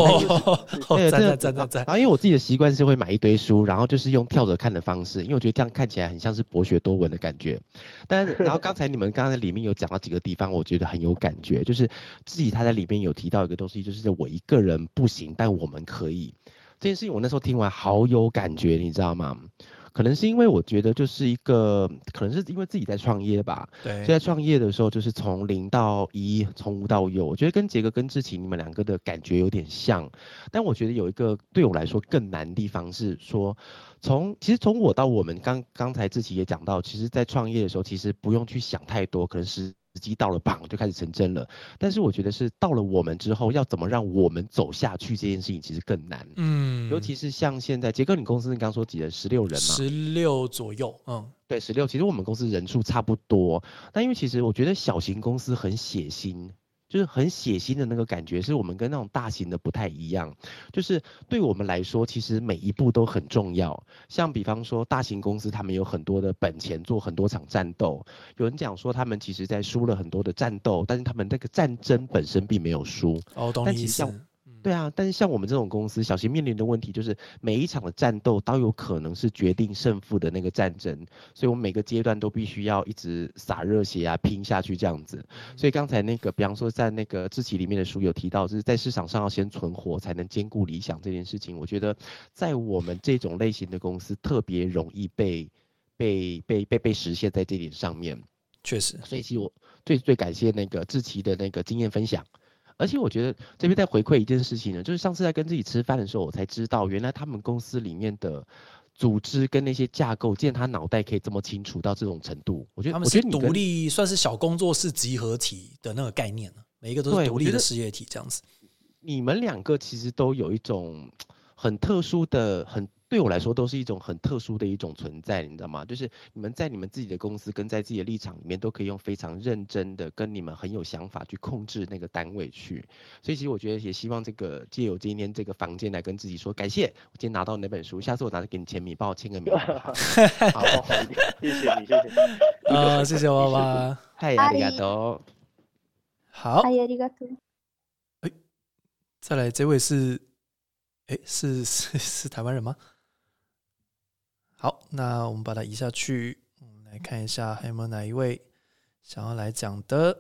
赞！ 因为我自己的习惯是会买一堆书，然后就是用跳着看的方式，因为我觉得这样看起来很像是博学多闻的感觉。然后刚才你们刚才里面有讲到几个地方，我觉得很有感觉，就是自己他在里面有提到一个东西，就是我一个人不行，但我们可以。这件事情我那时候听完好有感觉，你知道吗？可能是因为我觉得就是可能是因为自己在创业吧。 对。 所以在创业的时候，就是从0到1，从无到有。我觉得跟杰哥跟志祺你们2个的感觉有点像，但我觉得有一个对我来说更难的地方是说，其实从我到我们，刚才志祺也讲到，其实在创业的时候，其实不用去想太多，可能时机到了，就开始成真了。但是我觉得是到了我们之后，要怎么让我们走下去这件事情其实更难。尤其是像现在杰哥，你公司你刚说几人？16人嘛 ？16左右。 对，16。其实我们公司人数差不多，但因为其实我觉得小型公司很血腥。就是很血腥的那个感觉，是我们跟那种大型的不太一样。就是对我们来说，其实每一步都很重要。像比方说，大型公司他们有很多的本钱做很多场战斗。有人讲说，他们其实在输了很多的战斗，但是他们那个战争本身并没有输。 懂你意思。 对啊，但是像我们这种公司，小型面临的问题就是每一场的战斗都有可能是决定胜负的那个战争，所以我们每个阶段都必须要一直洒热血啊，拼下去这样子。所以刚才比方说在那个志祺里面的书有提到，就是在市场上要先存活才能兼顾理想这件事情，我觉得在我们这种类型的公司特别容易被实现在这点上面。 确实， 所以其实我最感谢那个志祺的那个经验分享。而且我觉得这边在回馈一件事情呢，就是上次在跟自己吃饭的时候，我才知道原来他们公司里面的组织跟那些架构，见他脑袋可以这么清楚到这种程度。我觉得他们是独立，算是小工作室集合体的那个概念，每一个都是独立的事业体这样子。 你们2个其实都有一种很特殊的，对我来说都是一种很特殊的一种存在，你知道吗？就是你们在你们自己的公司跟在自己的立场里面，都可以用非常认真的跟你们很有想法去控制那个单位去。所以其实我觉得也希望借由今天这个房间来跟自己说感谢，我今天拿到那本书，下次我拿着给你签名，帮我签个名。好， 谢谢你。 谢谢娃娃。 嗨，ありがとう。 好。 ありがとう。 再来这位是台湾人吗？好，那我们把它移下去，我们来看一下还有没有哪一位想要来讲的。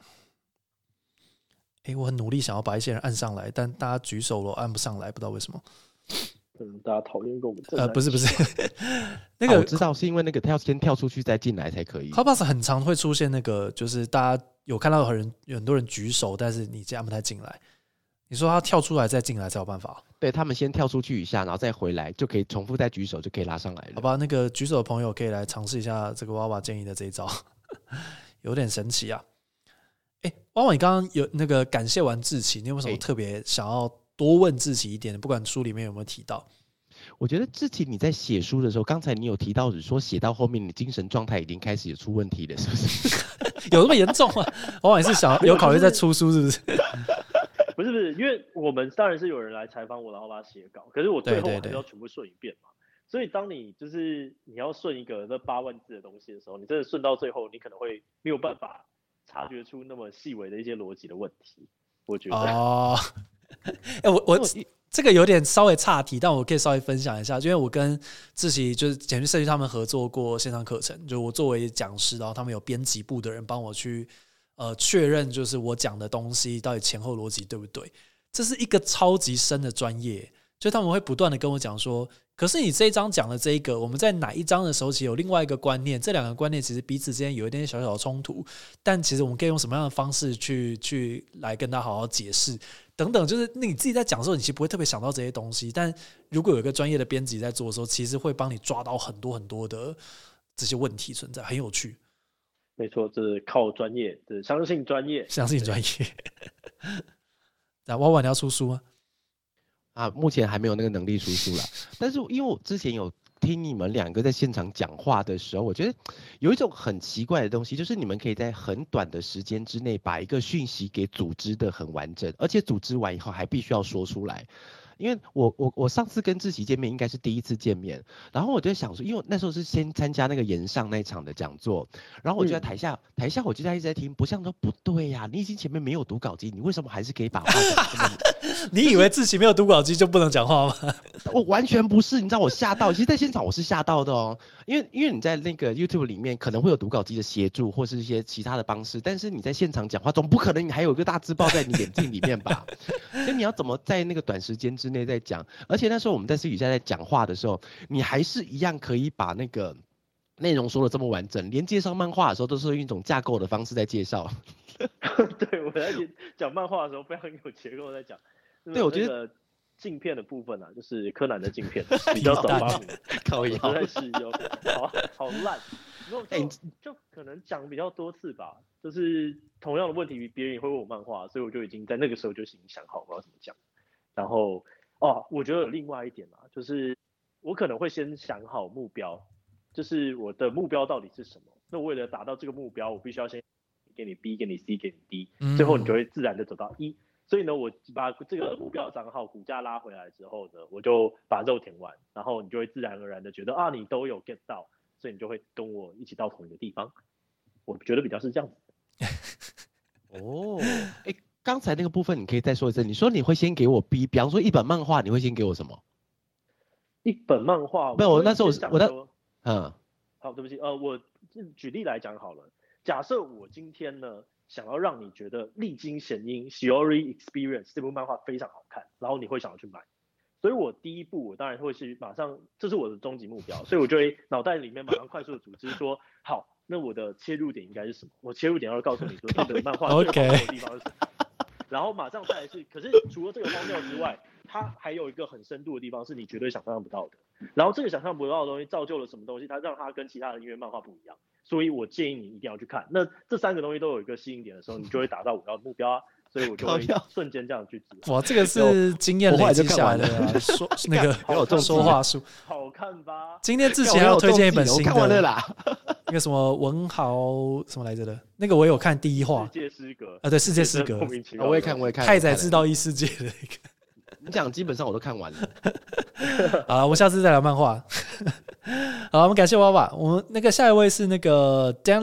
我很努力想要把一些人按上来，但大家举手了按不上来，不知道为什么。 大家讨厌跟我们不是那个我知道是因为那个他要先跳出去再进来才可以。 Clubhouse 很常会出现那个，就是大家有看到有很多人举手，但是你按不太进来。你说他跳出来再进来才有办法？ 对，他们先跳出去一下，然后再回来，就可以重复再举手，就可以拉上来了。 好吧，那个举手的朋友可以来尝试一下这个娃娃建议的这一招，有点神奇啊。 汪汪，你刚刚有那个感谢完志祺，你有没有什么特别想要多问志祺一点的？不管书里面有没有提到。 我觉得志祺你在写书的时候，刚才你有提到说写到后面你精神状态已经开始有出问题了，是不是？ 有那么严重吗？汪汪是有考虑再出书是不是？ 不是，因为我们当然是有人来采访我，然后把它写稿，可是我最后还是要全部顺一遍嘛。所以当你要顺一个那8万字的东西的时候，你真的顺到最后，你可能会没有办法察觉出那么细微的一些逻辑的问题。我觉得哦，我这个有点稍微岔题，但我可以稍微分享一下，因为我跟志祺就是简讯社区他们合作过线上课程，就我作为讲师，然后他们有编辑部的人帮我去确认，就是我讲的东西到底前后逻辑对不对，这是一个超级深的专业，就他们会不断的跟我讲说，可是你这一章讲的这一个，我们在哪一章的时候其实有另外一个观念，这2个观念其实彼此之间有一点小小的冲突，但其实我们可以用什么样的方式去来跟他好好解释等等，就是你自己在讲的时候，你其实不会特别想到这些东西，但如果有一个专业的编辑在做的时候，其实会帮你抓到很多很多的这些问题存在，很有趣。 没错，这是靠专业，这相信专业， 相信专业。那汪汪你要出书吗？ 目前还没有那个能力出书啦。但是因为我之前有听你们2个在现场讲话的时候，我觉得有一种很奇怪的东西，就是你们可以在很短的时间之内把一个讯息给组织的很完整，而且组织完以后还必须要说出来。因为我上次跟志祺见面应该是第一次见面，然后我就想说，因为我那时候是先参加那个岩上那一场的讲座，然后我就在台下我就一直在听，不像说不对呀，你已经前面没有读稿机，你为什么还是可以把话讲这么？ 你以为志祺没有读稿机就不能讲话吗？ 我完全不是，你知道我吓到，其实在现场我是吓到的哦，因为你在那个 YouTube 里面可能会有读稿机的协助或是一些其他的方式，但是你在现场讲话总不可能你还有一个大字报在你眼镜里面吧？所以你要怎么在那个短时间之内在讲？而且那时候我们在私底下在讲话的时候，你还是一样可以把那个内容说的这么完整，连介绍漫画的时候都是用一种架构的方式在介绍。 对，我在讲漫画的时候非常有结构在讲。 对，我觉得镜片的部分啊，就是柯南的镜片比较早发明， 靠腰不太适用，好烂。然后就可能讲比较多次吧，就是同样的问题，别人也会问我漫画，所以我就已经在那个时候就已经想好我要怎么讲。然后我觉得有另外一点啊，就是我可能会先想好目标，就是我的目标到底是什么。那为了达到这个目标，我必须要先给你 B， 给你 C， 给你 D， 最后你就会自然的走到E。所以呢，我把这个目标账号股价拉回来之后呢，我就把肉填完，然后你就会自然而然的觉得你都有 get 到，所以你就会跟我一起到同一个地方。我觉得比较是这样子。 刚才那个部分你可以再说一次，你说你会先给我 B， 比方说一本漫画，你会先给我什么？ 一本漫画？ 没有，我那时候好，对不起，我举例来讲好了，假设我今天呢，想要让你觉得历经弦音 Shiori Experience 这部漫画非常好看，然后你会想要去买，所以我第一步我当然会是马上，这是我的终极目标，所以我就会脑袋里面马上快速的组织说，好，那我的切入点应该是什么？我切入点要告诉你说这本漫画最荒谬的地方是什么，然后马上再来是，可是除了这个荒谬之外，它还有一个很深度的地方是你绝对想象不到的，然后这个想象不到的东西造就了什么东西，它让它跟其他的音乐漫画不一样。所以我建议你一定要去看。那这3个东西都有一个吸引点的时候，你就会达到我要的目标啊。所以我就会瞬间这样去执行。 哇，这个是经验累积下来的啊，说那个说话术， 好看吧？ 今天志祺还要推荐一本新的， 我看完了啦。 那个什么文豪什么来着的，那个我有看第1话。 世界失格啊，对，世界失格， 我也看。 太宰治到异世界的那个。 你讲基本上我都看完了。 好，我们下次再聊漫画。好，我们感谢娃娃。我们那个下一位是那个 Dan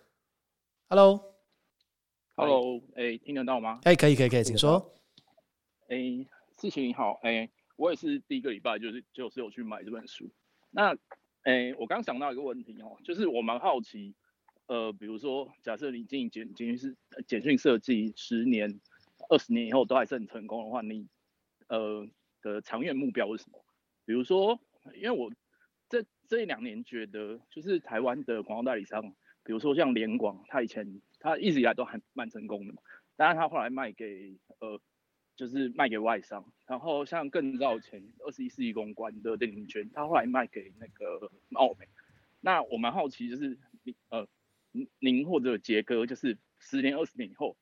Look。Hello， 听得到吗？ 可以，请说。 志祺你好，我也是第一个礼拜就是有去买这本书。那我刚想到一个问题哦，就是我蛮好奇，比如说假设你经营简讯设计10年、20年以后都还是很成功的话，你的长远目标是什么？比如说，因为我这1-2年觉得，就是台湾的广告代理商，比如说像联广，他一直以来都还蛮成功的嘛，但是他后来卖给就是卖给外商，然后像更早前21世纪公关的电影圈，他后来卖给那个奥美。那我蛮好奇，就是您或者杰哥，就是10年、20年以后，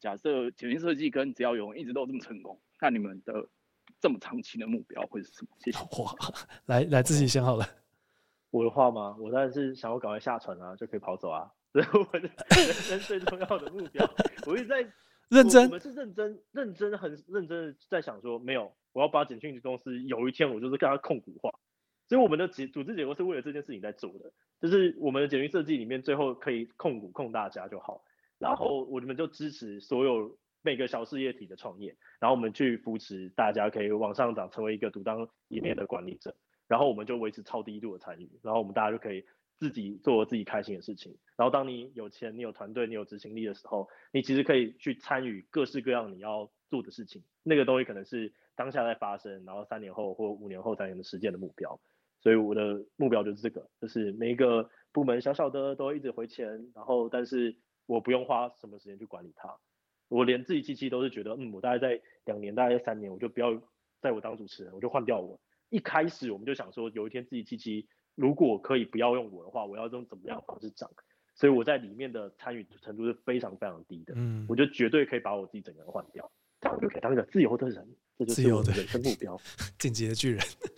假设简讯设计跟只要有人一直都这么成功，那你们的这么长期的目标会是什么？谢谢。 哇，来自己先好了。 我的话吗？我当然是想要赶快下船啊，就可以跑走啊，这是我的人生最重要的目标。我一直在认真， 我们是很认真的在想说，没有，我要把简讯公司有一天我就是跟它控股化。所以我们的组织结构是为了这件事情在做的，就是我们的简讯设计里面最后可以控大家就好，然后我们就支持所有每个小事业体的创业，然后我们去扶持大家可以往上涨，成为一个独当一面的管理者，然后我们就维持超低度的参与，然后我们大家就可以自己做自己开心的事情，然后当你有钱、你有团队、你有执行力的时候，你其实可以去参与各式各样你要做的事情，那个东西可能是当下在发生，然后3年后或5年后才能实现的目标。所以我的目标就是这个，就是每一个部门小小的都一直回钱，然后但是我不用花什么时间去管理它，我连自己七七都是觉得，我大概在2年，大概在3年，我就不要在我当主持人，我就换掉我。一开始我们就想说，有一天自己七七如果可以不要用我的话，我要用怎么样的方式涨，所以我在里面的参与程度是非常非常低的，我就绝对可以把我自己整个人换掉，这样我就可以当一个自由的人，这就是我的人生目标。 进击的巨人。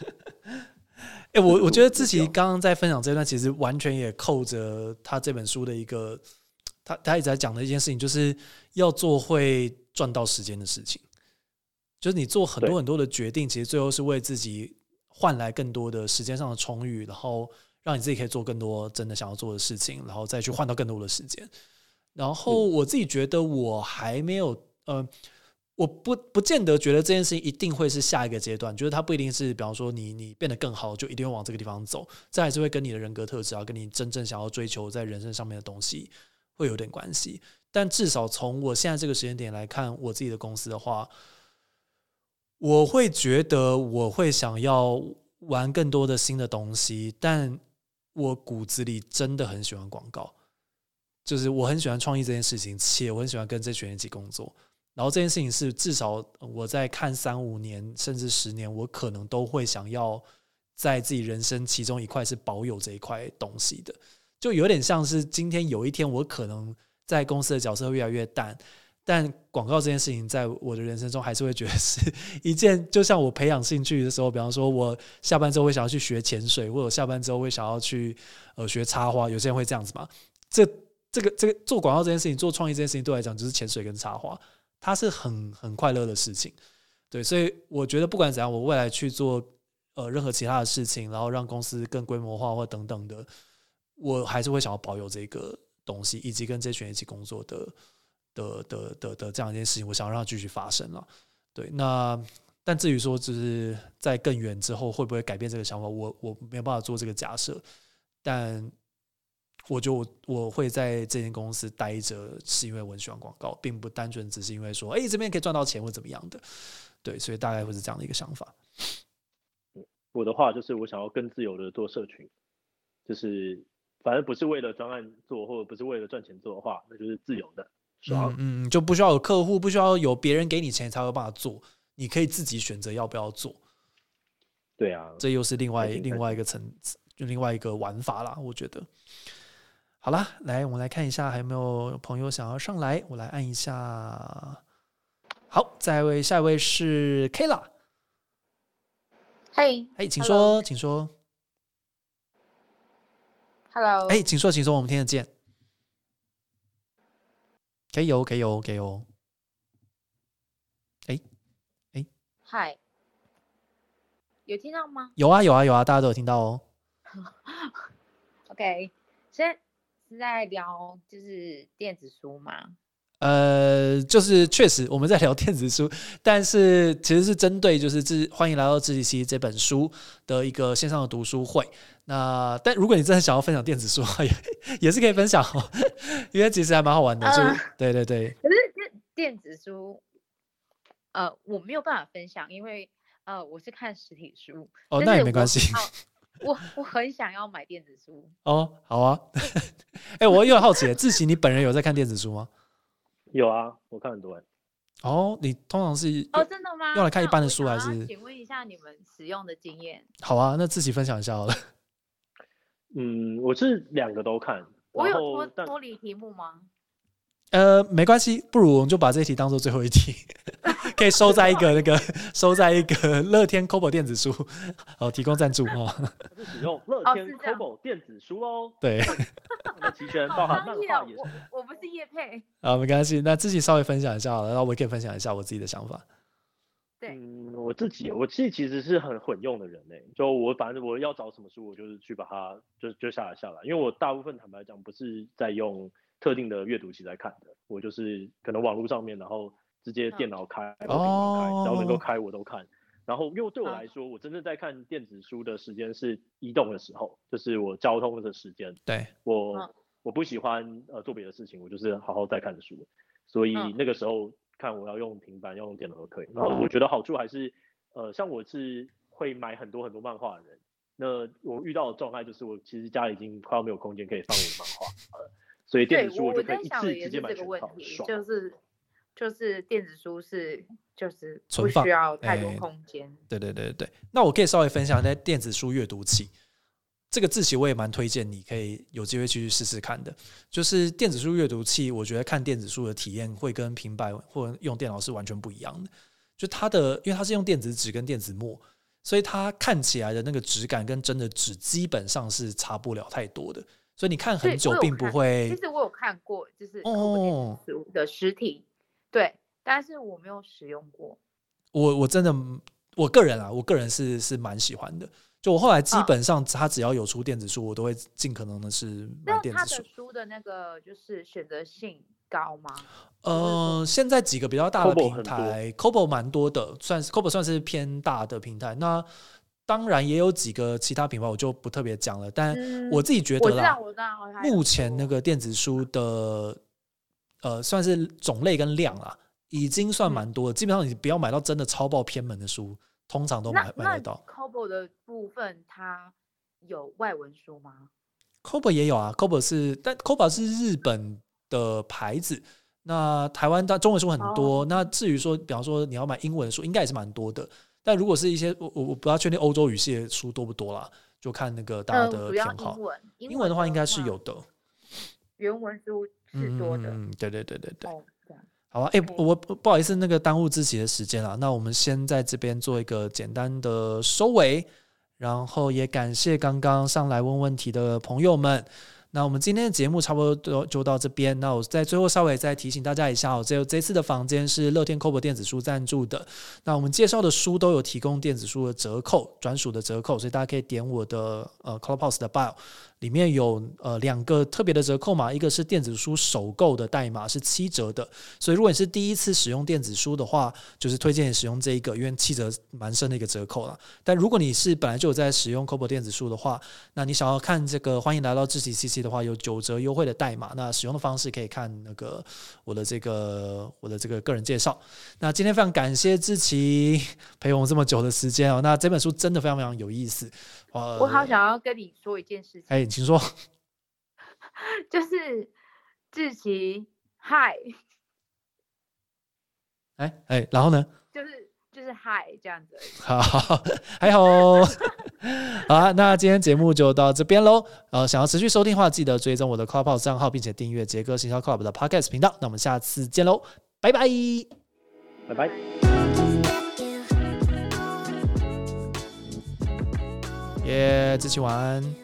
我觉得自己刚刚在分享这段，其实完全也扣着他这本书的一个，他一直在讲的一件事情，就是要做会赚到时间的事情。就是你做很多很多的决定，其实最后是为自己换来更多的时间上的充裕，然后让你自己可以做更多真的想要做的事情，然后再去换到更多的时间。然后我自己觉得我还没有我不见得觉得这件事情一定会是下一个阶段，就是它不一定是，比方说你变得更好，就一定会往这个地方走，这还是会跟你的人格特质啊，跟你真正想要追求在人生上面的东西会有点关系。但至少从我现在这个时间点来看，我自己的公司的话，我会觉得我会想要玩更多的新的东西，但我骨子里真的很喜欢广告，就是我很喜欢创意这件事情，且我很喜欢跟这群人一起工作。然后这件事情是至少我在看3-5年甚至10年，我可能都会想要在自己人生其中一块是保有这一块东西的，就有点像是今天有一天我可能在公司的角色会越来越淡，但广告这件事情在我的人生中还是会觉得是一件，就像我培养兴趣的时候，比方说我下班之后会想要去学潜水，或者下班之后会想要去学插花，有些人会这样子嘛。这个做广告这件事情，做创意这件事情对我来讲就是潜水跟插花，它是很快乐的事情。对，所以我觉得不管怎样，我未来去做任何其他的事情，然后让公司更规模化或等等的，我还是会想要保有这个东西，以及跟这群人一起工作的这样一件事情，我想让它继续发生了。对，那但至于说就是在更远之后会不会改变这个想法，我没有办法做这个假设，但我会在这间公司待着，是因为我很喜欢广告，并不单纯只是因为说这边可以赚到钱或怎么样的。对，所以大概会是这样的一个想法。 我的话就是我想要更自由的做社群，就是反正不是为了专案做，或者不是为了赚钱做的话，那就是自由的爽。 就不需要有客户，不需要有别人给你钱才有办法做，你可以自己选择要不要做。 对啊， 这又是另外一个层次，就另外一个玩法啦，我觉得。好啦，来，我们来看一下还有没有朋友想要上来，我来按一下。好，下一位是 Kayla。 嘿， 请说，请说。 Hello， 请说，我们听得见。可以有。 嗨，有听到吗？ 有啊，大家都有听到哦。 OK， 现在是在聊就是电子书吗？ 就是确实我们在聊电子书，但是其实是针对就是欢迎来到志祺七这本书的一个线上的读书会。那但如果你真的想要分享电子书的话，也是可以分享哦，因为其实还蛮好玩的。对。 可是电子书，我没有办法分享，因为我是看实体书。 哦，那也没关系。 我很想要买电子书。 哦，好啊。我有点好奇，志祺你本人有在看电子书吗？ 有啊，我看很多。 哦，你通常是真的吗？ 用来看一般的书还是？ 请问一下你们使用的经验。 好啊，那志祺分享一下好了。 我是2个都看。 我有脱离题目吗？ 没关系，不如我们就把这一题当做最后一题，可以收在一个乐天 Kobo 电子书，提供赞助哦。 是使用乐天 Kobo 电子书哦。 对， 那齐全包含漫画也是。 我不是业配。 没关系，那自己稍微分享一下好了，然后我也可以分享一下我自己的想法。 对， 我自己其实是很混用的人就反正我要找什么书，我就是去把它就下来，因为我大部分坦白讲不是在用特定的阅读器在看的，我就是可能网络上面，然后直接电脑开，或平板开，只要能够开我都看。然后因为对我来说，我真正在看电子书的时间是移动的时候，就是我交通的时间。 对， 我不喜欢做别的事情，我就是好好在看书，所以那个时候看我要用平板要用电脑都可以。然后我觉得好处还是像我是会买很多漫画的人，那我遇到的状态就是我其实家里已经快要没有空间可以放我的漫画了，所以电子书我就可以一次直接买全套，爽。 就是电子书就是不需要太多空间。 对，那我可以稍微分享一下电子书阅读器。这个字期我也蛮推荐你可以有机会去试试看的，就是电子书阅读器，我觉得看电子书的体验会跟平板或者用电脑是完全不一样的。就因为它是用电子纸跟电子墨，所以它看起来的那个质感跟真的纸基本上是差不了太多的，所以你看很久并不会。 其实我有看过，就是电子书的实体，对，但是我没有使用过。 我真的，我个人是蛮喜欢的。就我后来基本上，它只要有出电子书，我都会尽可能的是买电子书。 那它的书的那个就是选择性高吗？ 现在几个比较大的平台 ，Kobo 蛮多的，Kobo 算是偏大的平台。那当然也有几个其他品牌，我就不特别讲了。但我自己觉得啦，目前那个电子书的算是种类跟量啦，已经算蛮多的。基本上你不要买到真的超爆偏门的书。通常都买得到。 Kobo 的部分它有外文书吗？ Kobo 也有啊，但 Kobo 是日本的牌子，那台湾中文书很多。那至于说，比方说你要买英文书，应该也是蛮多的。但如果是一些我不大确定欧洲语系的书多不多啦，就看那个大家的偏好。英文的话应该是有的， 原文书是多的。 对。好啊，我不好意思，那个耽误自己的时间了。那我们先在这边做一个简单的收尾，然后也感谢刚刚上来问问题的朋友们。那我们今天的节目差不多就到这边。那我在最后稍微再提醒大家一下，这次的房间是乐天 Kobo 电子书赞助的。那我们介绍的书都有提供电子书的折扣，专属的折扣，所以大家可以点我的Clubhouse 的 bio。里面有2个特别的折扣码，一个是电子书首购的代码是7折的，所以如果你是第一次使用电子书的话，就是推荐你使用这一个，因为7折蛮深的一个折扣啦。但如果你是本来就有在使用 Kobo 电子书的话，那你想要看这个欢迎来到志祺七七的话，有9折优惠的代码，那使用的方式可以看那个我的这个个人介绍。那今天非常感谢志祺陪我们这么久的时间哦，那这本书真的非常非常有意思。 我好想要跟你说一件事情。 请说。 就是志祺嗨。 然后呢？ 就是嗨这样子而已。 好，还好。好啊，那今天节目就到这边喽。想要持续收听的话，记得追踪我的 Clubhouse 账号，并且订阅杰哥行销 Club 的 Podcast 频道。那我们下次见喽，拜拜， 拜拜。 志祺晚安。